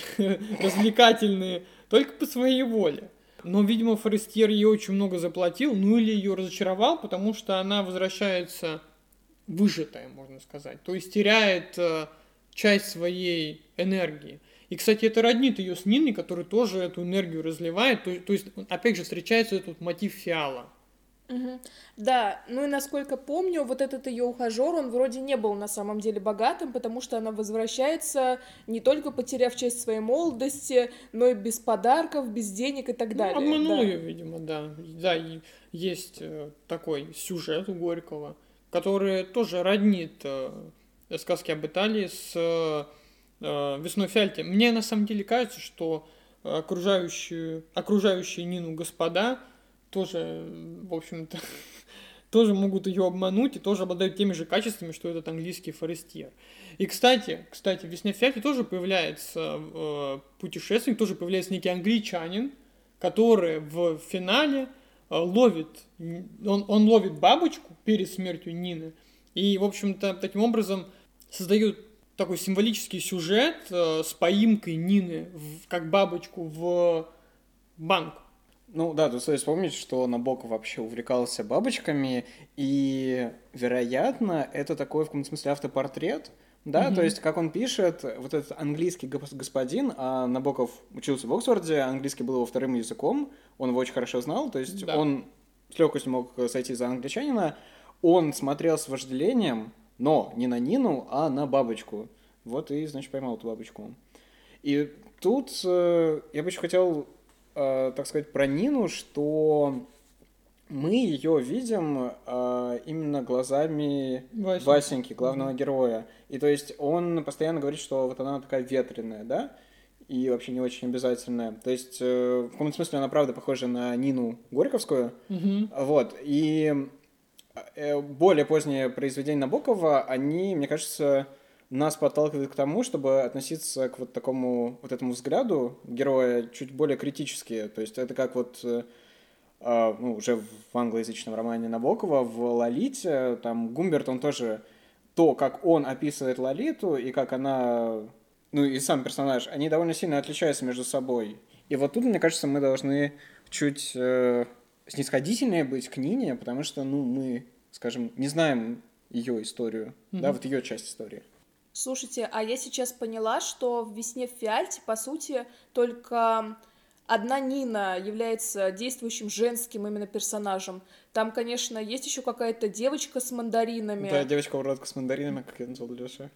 Speaker 1: развлекательные только по своей воле. Но, видимо, форестьер ей очень много заплатил, ну или ее разочаровал, потому что она возвращается выжатая, можно сказать, то есть теряет э, часть своей энергии. И, кстати, это роднит ее с Ниной, который тоже эту энергию разливает, то, то есть, опять же, встречается этот мотив фиала.
Speaker 2: Угу. Да, ну и насколько помню, вот этот ее ухажер, он вроде не был на самом деле богатым, потому что она возвращается, не только потеряв часть своей молодости, но и без подарков, без денег и так далее.
Speaker 1: Ну, обманул
Speaker 2: да.
Speaker 1: ее, видимо, да. Да, и есть э, такой сюжет у Горького, который тоже роднит э, сказки об Италии с э, «Весной в Фиалте». Мне на самом деле кажется, что окружающие, окружающие Нину господа тоже, в общем-то, тоже могут ее обмануть и тоже обладают теми же качествами, что этот английский форестьер. И, кстати, кстати, в «Весне в Фиалте» тоже появляется э, путешественник, тоже появляется некий англичанин, который в финале э, ловит, он, он ловит бабочку перед смертью Нины и, в общем-то, таким образом создает такой символический сюжет э, с поимкой Нины в, как бабочку в банк.
Speaker 3: Ну да, тут стоит вспомнить, что Набоков вообще увлекался бабочками, и, вероятно, это такой, в каком-то смысле, автопортрет, да, mm-hmm. то есть, как он пишет, вот этот английский господин, а Набоков учился в Оксфорде, английский был его вторым языком, он его очень хорошо знал, то есть, да. он с легкостью мог сойти за англичанина, он смотрел с вожделением, но не на Нину, а на бабочку, вот и, значит, поймал эту бабочку. И тут э, я бы еще хотел... так сказать, про Нину, что мы ее видим э, именно глазами Васеньки. Васеньки, главного mm-hmm. героя. И то есть он постоянно говорит, что вот она такая ветреная, да, и вообще не очень обязательная. То есть э, в каком-то смысле она правда похожа на Нину Горьковскую.
Speaker 1: Mm-hmm.
Speaker 3: Вот. И э, более поздние произведения Набокова, они, мне кажется... нас подталкивает к тому, чтобы относиться к вот такому вот этому взгляду героя чуть более критически. То есть это как вот э, ну, уже в англоязычном романе Набокова, в «Лолите», там Гумберт, он тоже то, как он описывает Лолиту и как она, ну и сам персонаж, они довольно сильно отличаются между собой. И вот тут, мне кажется, мы должны чуть э, снисходительнее быть к Нине, потому что, ну, мы, скажем, не знаем ее историю, mm-hmm. да, вот ее часть истории.
Speaker 2: Слушайте, а я сейчас поняла, что в «Весне в Фиалте», по сути, только одна Нина является действующим женским именно персонажем. Там, конечно, есть еще какая-то девочка с мандаринами.
Speaker 3: Да, девочка-уродка с мандаринами, как я назвал Леша.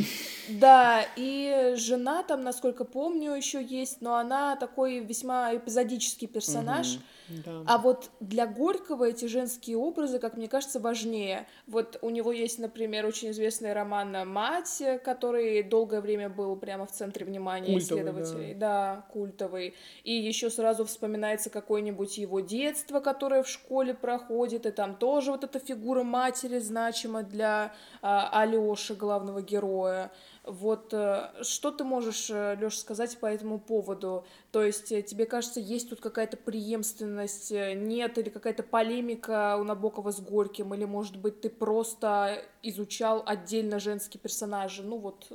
Speaker 2: Да, и жена там, насколько помню, еще есть, но она такой весьма эпизодический персонаж.
Speaker 1: Угу, да.
Speaker 2: А вот для Горького эти женские образы, как мне кажется, важнее. Вот у него есть, например, очень известный роман «Мать», который долгое время был прямо в центре внимания
Speaker 1: культовый,
Speaker 2: исследователей.
Speaker 1: Да.
Speaker 2: да, культовый. И еще сразу вспоминается какое-нибудь его детство, которое в школе проходит, и там тоже вот эта фигура матери значима для а, Алёши, главного героя. Вот что ты можешь, Лёш, сказать по этому поводу? То есть тебе кажется, есть тут какая-то преемственность, нет, или какая-то полемика у Набокова с Горьким, или, может быть, ты просто изучал отдельно женские персонажи? Ну вот...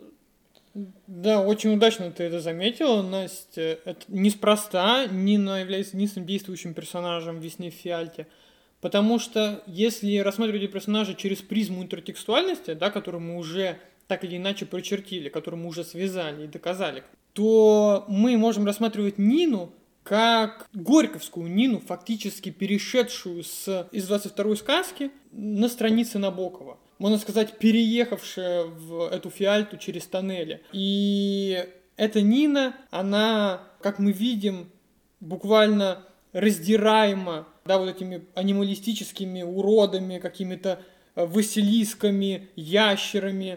Speaker 1: Да, очень удачно ты это заметила, Настя. Это неспроста Нина является единственным действующим персонажем в «Весне в Фиалте». Потому что если рассматривать эти персонажи через призму интертекстуальности, да, которую мы уже так или иначе прочертили, которую мы уже связали и доказали, то мы можем рассматривать Нину как горьковскую Нину, фактически перешедшую с, из двадцать второй сказки на страницы Набокова. Можно сказать, переехавшая в эту Фиальту через тоннели. И эта Нина, она, как мы видим, буквально раздираема, да, вот этими анималистическими уродами, какими-то василисками, ящерами.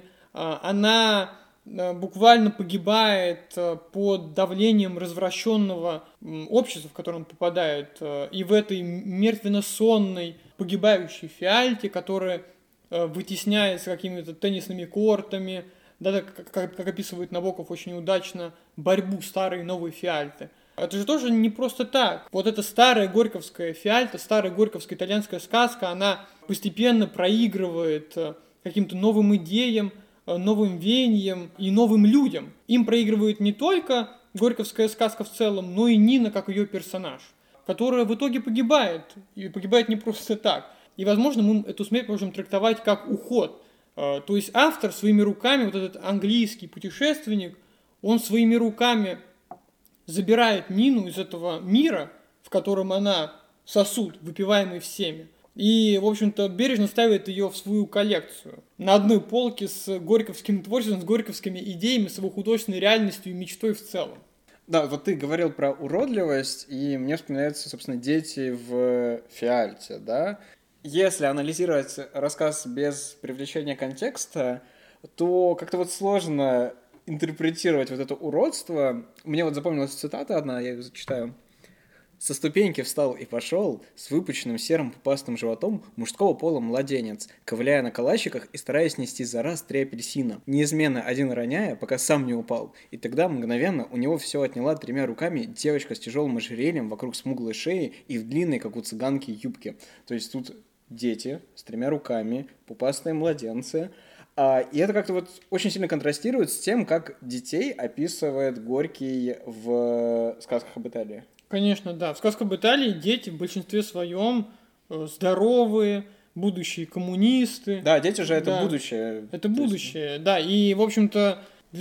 Speaker 1: Она буквально погибает под давлением развращенного общества, в котором попадает, и в этой мертвенно-сонной погибающей Фиальте, которая вытесняется какими-то теннисными кортами, да, как, как, как описывает Набоков очень удачно, борьбу старой и новой Фиальты. Это же тоже не просто так. Вот эта старая горьковская Фиальта, старая горьковская итальянская сказка, она постепенно проигрывает каким-то новым идеям, новым веяниям и новым людям. Им проигрывает не только горьковская сказка в целом, но и Нина как ее персонаж, которая в итоге погибает. И погибает не просто так. И, возможно, мы эту смерть можем трактовать как уход. То есть автор своими руками, вот этот английский путешественник, он своими руками забирает Нину из этого мира, в котором она сосуд, выпиваемый всеми. И, в общем-то, бережно ставит ее в свою коллекцию. На одной полке с горьковским творчеством, с горьковскими идеями, с его художественной реальностью и мечтой в целом.
Speaker 3: Да, вот ты говорил про уродливость, и мне вспоминаются, собственно, дети в Фиальте, да? Если анализировать рассказ без привлечения контекста, то как-то вот сложно интерпретировать вот это уродство. Мне вот запомнилась цитата одна, я ее зачитаю. «Со ступеньки встал и пошел, с выпученным серым пупастым животом мужского пола младенец, ковыляя на калачиках и стараясь нести за раз три апельсина, неизменно один роняя, пока сам не упал. И тогда мгновенно у него все отняла тремя руками девочка с тяжелым ожерельем вокруг смуглой шеи и в длинной, как у цыганки, юбке». То есть тут дети с тремя руками, пупастые младенцы. А, и это как-то вот очень сильно контрастирует с тем, как детей описывает Горький в сказках об Италии.
Speaker 1: Конечно, да. В сказках об Италии дети в большинстве своем здоровые, будущие коммунисты.
Speaker 3: Да, дети же это
Speaker 1: да,
Speaker 3: будущее.
Speaker 1: Это будущее, да. И, в общем-то,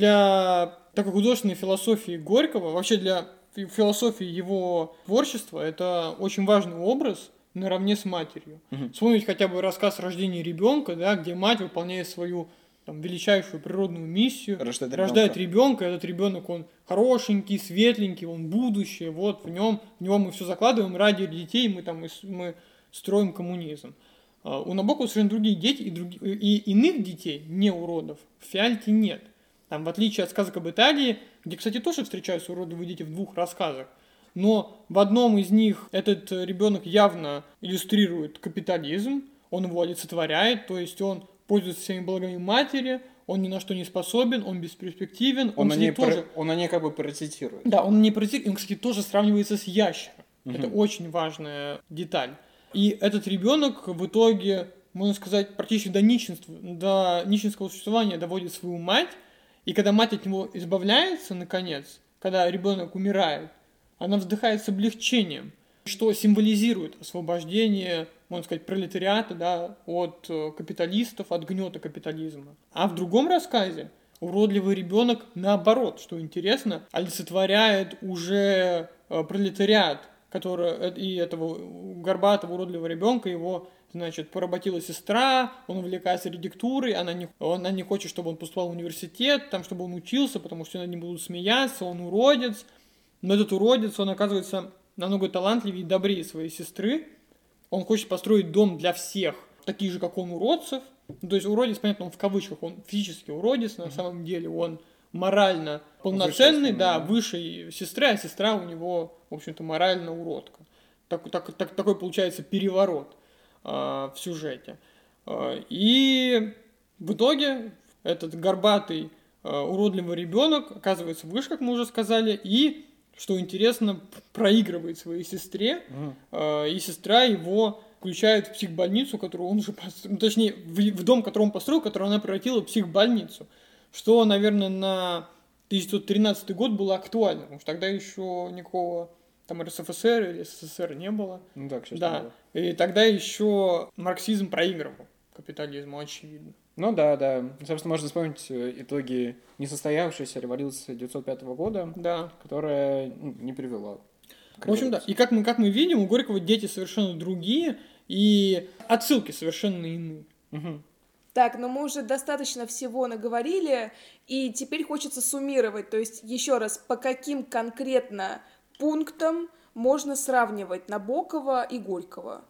Speaker 1: для такой художественной философии Горького, вообще для философии его творчества, это очень важный образ наравне с матерью. Угу. Вспомнить хотя бы рассказ «Рождение ребенка», да, где мать выполняет свою там, величайшую природную миссию, рождает, рождает ребенка, этот ребенок, он хорошенький, светленький, он будущее, вот в нем, в него мы все закладываем ради детей, мы там мы строим коммунизм. А у Набокова совершенно другие дети и, друг, и иных детей, не уродов, в Фиальте нет. Там, в отличие от сказок об Италии, где, кстати, тоже встречаются уродливые дети в двух рассказах, но в одном из них этот ребенок явно иллюстрирует капитализм, он его олицетворяет, то есть он пользуется всеми благами матери, он ни на что не способен, он бесперспективен.
Speaker 3: Он, он,
Speaker 1: кстати,
Speaker 3: на, ней
Speaker 1: тоже...
Speaker 3: про... он на ней как бы паразитирует.
Speaker 1: Да, он не паразитирует, он, кстати, тоже сравнивается с ящером.
Speaker 3: Угу.
Speaker 1: Это очень важная деталь. И этот ребенок в итоге, можно сказать, практически до нищенства, до нищенского существования доводит свою мать, и когда мать от него избавляется, наконец, когда ребенок умирает, она вздыхает с облегчением, что символизирует освобождение, можно сказать, пролетариата, да, от капиталистов, от гнета капитализма. А в другом рассказе уродливый ребенок, наоборот, что интересно, олицетворяет уже пролетариат, которая, и этого горбатого, уродливого ребенка его, значит, поработила сестра, он увлекается редиктурой, она не, она не хочет, чтобы он поступал в университет, там, чтобы он учился, потому что над ним будут смеяться, он уродец. Но этот уродец, он оказывается намного талантливее и добрее своей сестры. Он хочет построить дом для всех, таких же, как он, уродцев. Ну, то есть уродец, понятно, он в кавычках, он физически уродец, но на самом деле он морально полноценный, выше, да, выше сестры, а сестра у него, в общем-то, морально уродка. Так, так, так, такой получается переворот э, в сюжете. Э, и в итоге этот горбатый, э, уродливый ребенок оказывается выше, как мы уже сказали, и, что интересно, проигрывает своей сестре, mm. э, и сестра его включает в психбольницу, которую он уже построил, точнее, в, в дом, который он построил, который она превратила в психбольницу. Что, наверное, на тысяча девятьсот тринадцатый год было актуально, потому что тогда еще никакого там эр эс эф эс эр или эс эс эс эр не было.
Speaker 3: Ну да, кстати,
Speaker 1: да.
Speaker 3: было.
Speaker 1: И тогда еще марксизм проигрывал капитализму, очевидно.
Speaker 3: Ну да, да. Собственно, можно вспомнить итоги несостоявшейся революции девятьсот пятого года,
Speaker 1: да.
Speaker 3: которая не привела к
Speaker 1: революции. В общем, да. И как мы, как мы видим, у Горького дети совершенно другие, и отсылки совершенно иные.
Speaker 3: Угу.
Speaker 2: Так, но мы уже достаточно всего наговорили, и теперь хочется суммировать, то есть еще раз, по каким конкретно пунктам можно сравнивать Набокова и Горького?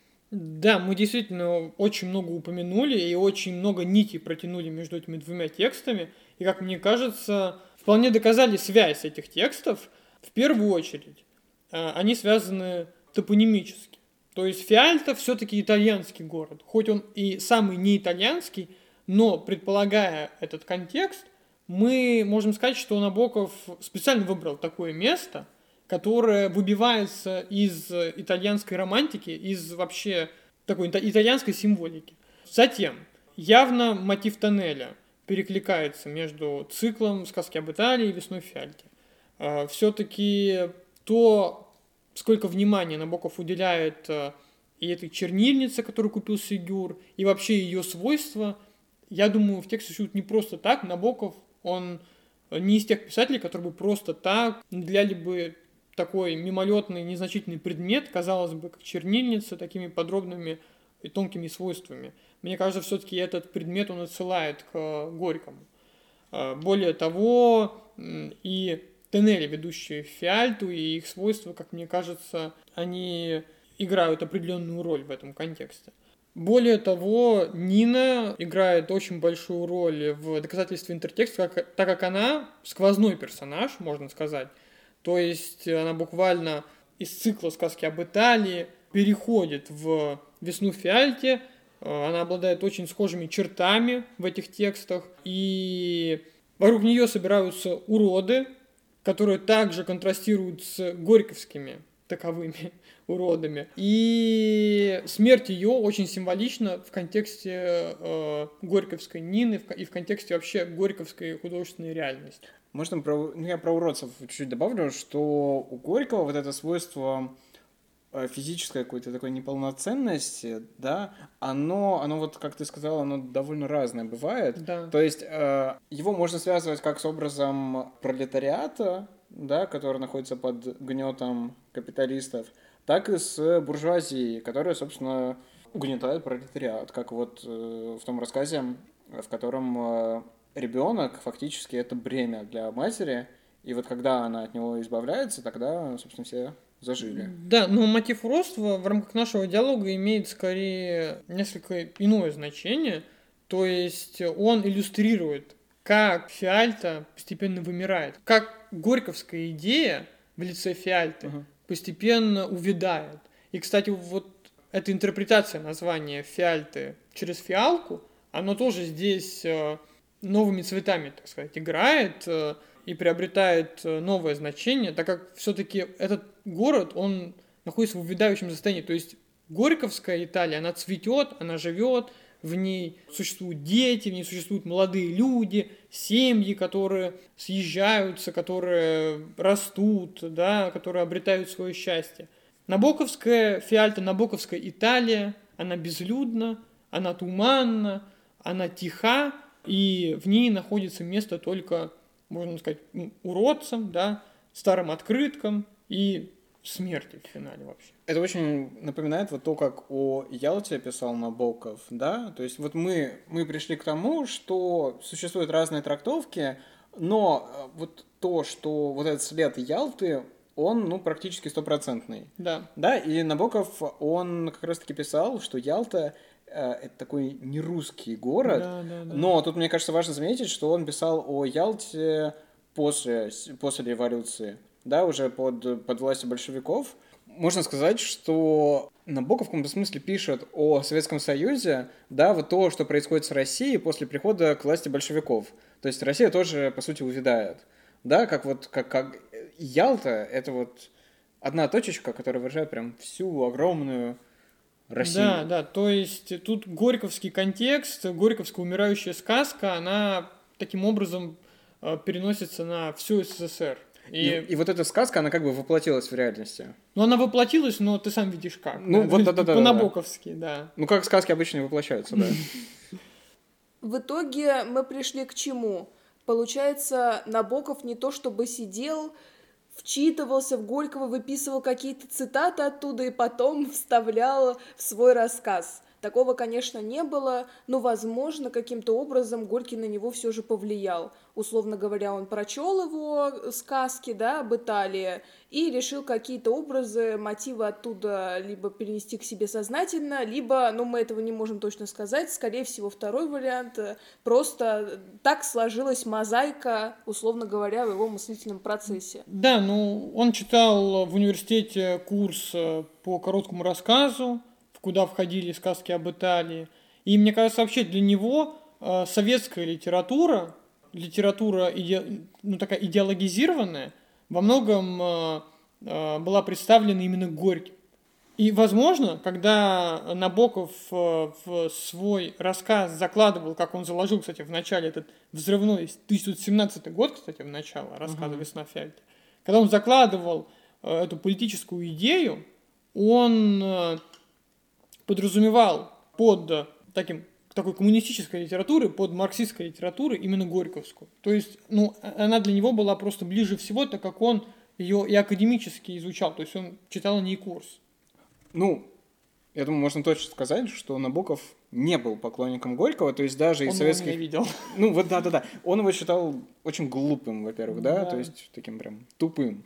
Speaker 1: Да, мы действительно очень много упомянули и очень много нитей протянули между этими двумя текстами, и, как мне кажется, вполне доказали связь этих текстов. В первую очередь, они связаны топонимически. То есть Фиальто все-таки итальянский город. Хоть он и самый не итальянский, но, предполагая этот контекст, мы можем сказать, что Набоков специально выбрал такое место, которое выбивается из итальянской романтики, из вообще такой итальянской символики. Затем, явно мотив тоннеля перекликается между циклом «Сказки об Италии» и «Весной в Фиальте». Все-таки то, сколько внимания Набоков уделяет и этой чернильнице, которую купил Сигюр, и вообще ее свойства, я думаю, в тексте существует не просто так. Набоков, он не из тех писателей, которые бы просто так наделяли бы такой мимолетный, незначительный предмет, казалось бы, как чернильница, такими подробными и тонкими свойствами. Мне кажется, все-таки этот предмет он отсылает к Горькому. Более того, и тоннели, ведущие в Фиальту, и их свойства, как мне кажется, они играют определенную роль в этом контексте. Более того, Нина играет очень большую роль в доказательстве интертекста, так как она сквозной персонаж, можно сказать. То есть она буквально из цикла «Сказки об Италии» переходит в «Весну в Фиальте». Она обладает очень схожими чертами в этих текстах. И вокруг нее собираются уроды, которые также контрастируют с горьковскими таковыми уродами. И смерть ее очень символична в контексте э, горьковской Нины и в контексте вообще горьковской художественной реальности.
Speaker 3: Можно про, ну, я про уродцев чуть-чуть добавлю, что у Горького вот это свойство физической какой-то такой неполноценности, да, оно, оно вот, как ты сказала, оно довольно разное бывает.
Speaker 1: Да.
Speaker 3: То есть э, его можно связывать как с образом пролетариата, да, который находится под гнетом капиталистов, так и с буржуазией, которая, собственно, угнетает пролетариат, как вот э, в том рассказе, в котором э, ребенок фактически это бремя для матери, и вот когда она от него избавляется, тогда, собственно, все зажили.
Speaker 1: Да, но мотив уродства в рамках нашего диалога имеет скорее несколько иное значение, то есть он иллюстрирует, как Фиальта постепенно вымирает, как горьковская идея в лице Фиальты uh-huh. постепенно увядает. И, кстати, вот эта интерпретация названия Фиальты через фиалку, она тоже здесь новыми цветами, так сказать, играет и приобретает новое значение, так как все-таки этот город, он находится в увядающем состоянии. То есть горьковская Италия, она цветет, она живет, в ней существуют дети, в ней существуют молодые люди, семьи, которые съезжаются, которые растут, да, которые обретают свое счастье. Набоковская Фиальта, набоковская Италия, она безлюдна, она туманна, она тиха, и в ней находится место только, можно сказать, уродцам, да, старым открыткам и смерти в финале вообще.
Speaker 3: Это очень напоминает вот то, как о Ялте писал Набоков, да? То есть вот мы, мы пришли к тому, что существуют разные трактовки, но вот то, что вот этот след Ялты, он, ну, практически стопроцентный.
Speaker 1: Да.
Speaker 3: Да, и Набоков, он как раз-таки писал, что Ялта э, это такой нерусский город,
Speaker 1: Да, да, да.
Speaker 3: но тут, мне кажется, важно заметить, что он писал о Ялте после, после революции, да, уже под, под властью большевиков. Можно сказать, что Набоков в каком-то смысле пишет о Советском Союзе, да, вот то, что происходит с Россией после прихода к власти большевиков. То есть Россия тоже, по сути, увядает. Да, как вот, как, как Ялта, это вот одна точечка, которая выражает прям всю огромную Россию.
Speaker 1: Да, да, то есть тут горьковский контекст, горьковская умирающая сказка, она таким образом э, переносится на всю СССР.
Speaker 3: И, и, и вот эта сказка, она как бы воплотилась в реальности.
Speaker 1: Ну, она воплотилась, но ты сам видишь как.
Speaker 3: Ну,
Speaker 1: да?
Speaker 3: вот да-да-да.
Speaker 1: По-набоковски, да.
Speaker 3: Ну, как сказки обычно и воплощаются, да.
Speaker 2: В итоге мы пришли к чему? Получается, Набоков не то чтобы сидел, вчитывался в Горького, выписывал какие-то цитаты оттуда и потом вставлял в свой рассказ. Такого, конечно, не было, но, возможно, каким-то образом Горький на него все же повлиял. Условно говоря, он прочел его сказки, да, об Италии, и решил какие-то образы, мотивы оттуда либо перенести к себе сознательно, либо, ну, мы этого не можем точно сказать, скорее всего, второй вариант, просто так сложилась мозаика, условно говоря, в его мыслительном процессе.
Speaker 1: Да, ну, он читал в университете курс по короткому рассказу, куда входили сказки об Италии. И мне кажется, вообще для него э, советская литература, литература иде, ну, такая идеологизированная, во многом э, э, была представлена именно Горьким. И, возможно, когда Набоков э, в свой рассказ закладывал, как он заложил, кстати, в начале этот взрывной тысяча девятьсот семнадцатый год, кстати, в начало рассказа uh-huh. «Весна в Ялте», когда он закладывал э, эту политическую идею, он... Э, подразумевал под таким, такой коммунистической литературой, под марксистской литературой именно Горьковскую. То есть, ну, она для него была просто ближе всего, так как он ее и академически изучал, то есть он читал не курс.
Speaker 3: Ну, я думаю, можно точно сказать, что Набоков не был поклонником Горького, то есть даже из советских...
Speaker 1: Он его видел.
Speaker 3: Ну, вот да-да-да. Он его считал очень глупым, во-первых, да, да? То есть таким прям тупым.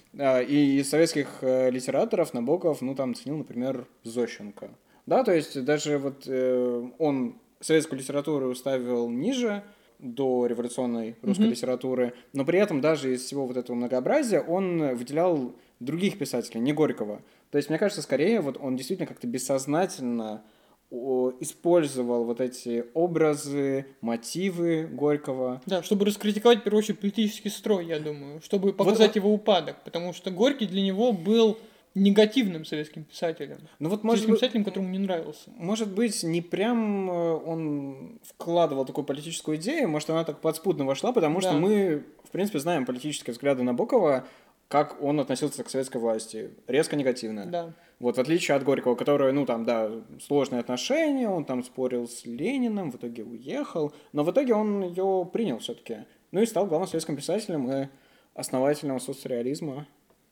Speaker 3: И из советских литераторов Набоков, ну, там ценил, например, Зощенко. Да, то есть даже вот э, он советскую литературу ставил ниже до революционной русской mm-hmm. литературы, но при этом даже из всего вот этого многообразия он выделял других писателей, не Горького. То есть, мне кажется, скорее вот он действительно как-то бессознательно использовал вот эти образы, мотивы Горького.
Speaker 1: Да, чтобы раскритиковать, в первую очередь, политический строй, я думаю, чтобы показать вот, его упадок, потому что Горький для него был негативным советским писателем. Ну, вот, может советским быть, писателем, которому не нравился.
Speaker 3: Может быть, не прям он вкладывал такую политическую идею, может, она так подспудно вошла, потому да. что мы, в принципе, знаем политические взгляды Набокова, как он относился к советской власти. Резко негативно.
Speaker 1: Да.
Speaker 3: Вот в отличие от Горького, который, ну, там, да, сложные отношения, он там спорил с Лениным, в итоге уехал, но в итоге он ее принял все-таки. Ну и стал главным советским писателем и основателем соцреализма.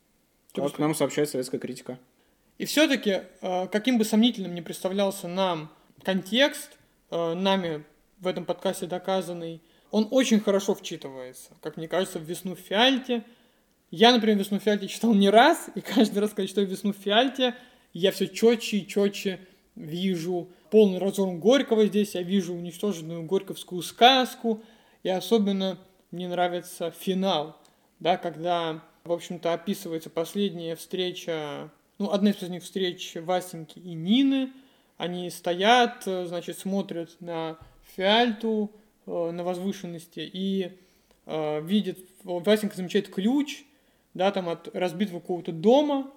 Speaker 3: Как нам сообщает советская критика.
Speaker 1: И все-таки, каким бы сомнительным ни представлялся нам контекст, нами в этом подкасте доказанный, он очень хорошо вчитывается, как мне кажется, в «Весну в Фиалте». Я, например, «Весну в Фиалте» читал не раз, и каждый раз, когда читаю «Весну в Фиалте», я все четче и четче вижу полный разгром Горького здесь, я вижу уничтоженную горьковскую сказку, и особенно мне нравится финал, да, когда... В общем-то, описывается последняя встреча, ну, одна из последних встреч Васеньки и Нины. Они стоят, значит, смотрят на Фиальту, э, на возвышенности, и э, видят, Васенька замечает ключ, да, там от разбитого какого-то дома,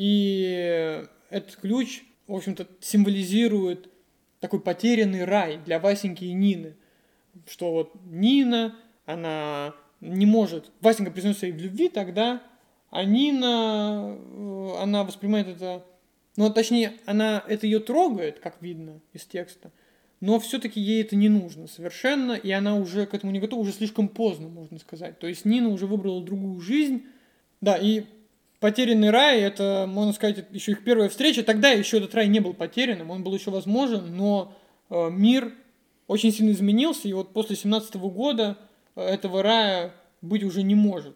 Speaker 1: и этот ключ, в общем-то, символизирует такой потерянный рай для Васеньки и Нины, что вот Нина, она... не может, Васенька признается ей в любви, тогда а Нина, она воспринимает это, ну, точнее, она, это ее трогает, как видно из текста, но все-таки ей это не нужно совершенно, и она уже к этому не готова, уже слишком поздно, можно сказать. То есть Нина уже выбрала другую жизнь, да, и «Потерянный рай» — это, можно сказать, еще их первая встреча. Тогда еще этот рай не был потерянным, он был еще возможен, но э, мир очень сильно изменился, и вот после семнадцатого года э, этого рая быть уже не может.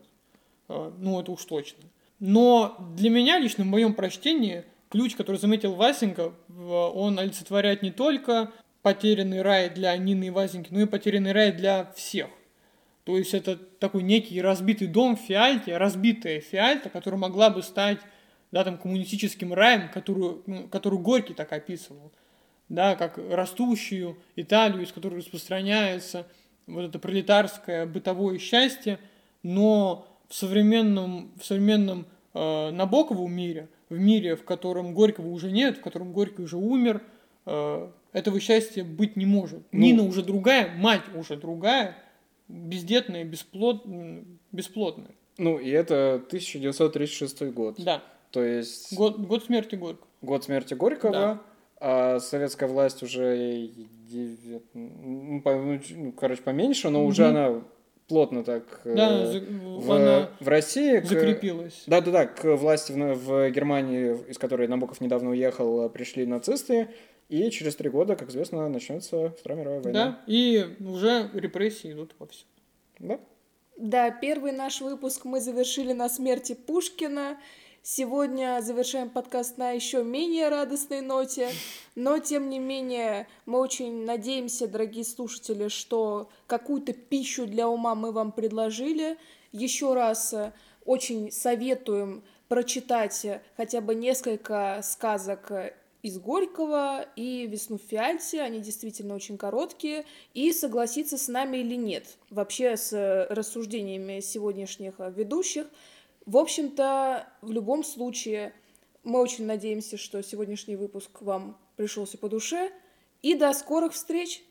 Speaker 1: Э, ну, это уж точно. Но для меня лично, в моем прочтении, ключ, который заметил Васенька, он олицетворяет не только потерянный рай для Нины и Васеньки, но и потерянный рай для всех. То есть это такой некий разбитый дом в Фиальте, разбитая Фиальта, которая могла бы стать, да, там, коммунистическим раем, которую, ну, которую Горький так описывал, да, как растущую Италию, из которой распространяется вот это пролетарское бытовое счастье, но в современном, в современном э, Набокову мире, в мире, в котором Горького уже нет, в котором Горький уже умер, э, этого счастья быть не может. Ну, Нина уже другая, мать уже другая, бездетная, бесплод... бесплодная.
Speaker 3: Ну, и это тысяча девятьсот тридцать шестой год.
Speaker 1: Да.
Speaker 3: То есть...
Speaker 1: Год, год смерти Горького.
Speaker 3: Год смерти Горького, да. А советская власть уже, девять... ну, короче, поменьше, но mm-hmm. уже она плотно так
Speaker 1: да,
Speaker 3: э, в,
Speaker 1: она
Speaker 3: в России...
Speaker 1: закрепилась.
Speaker 3: Да-да-да, к власти в, в Германии, из которой Набоков недавно уехал, пришли нацисты. И через три года, как известно, начнется Вторая мировая война.
Speaker 1: Да, и уже репрессии идут во всем.
Speaker 3: Да.
Speaker 2: Да, первый наш выпуск мы завершили на смерти Пушкина. Сегодня завершаем подкаст на еще менее радостной ноте. Но, тем не менее, мы очень надеемся, дорогие слушатели, что какую-то пищу для ума мы вам предложили. Еще раз очень советуем прочитать хотя бы несколько сказок из Горького и «Весну в Фиальте», они действительно очень короткие, и согласиться с нами или нет, вообще с рассуждениями сегодняшних ведущих. В общем-то, в любом случае, мы очень надеемся, что сегодняшний выпуск вам пришелся по душе, и до скорых встреч!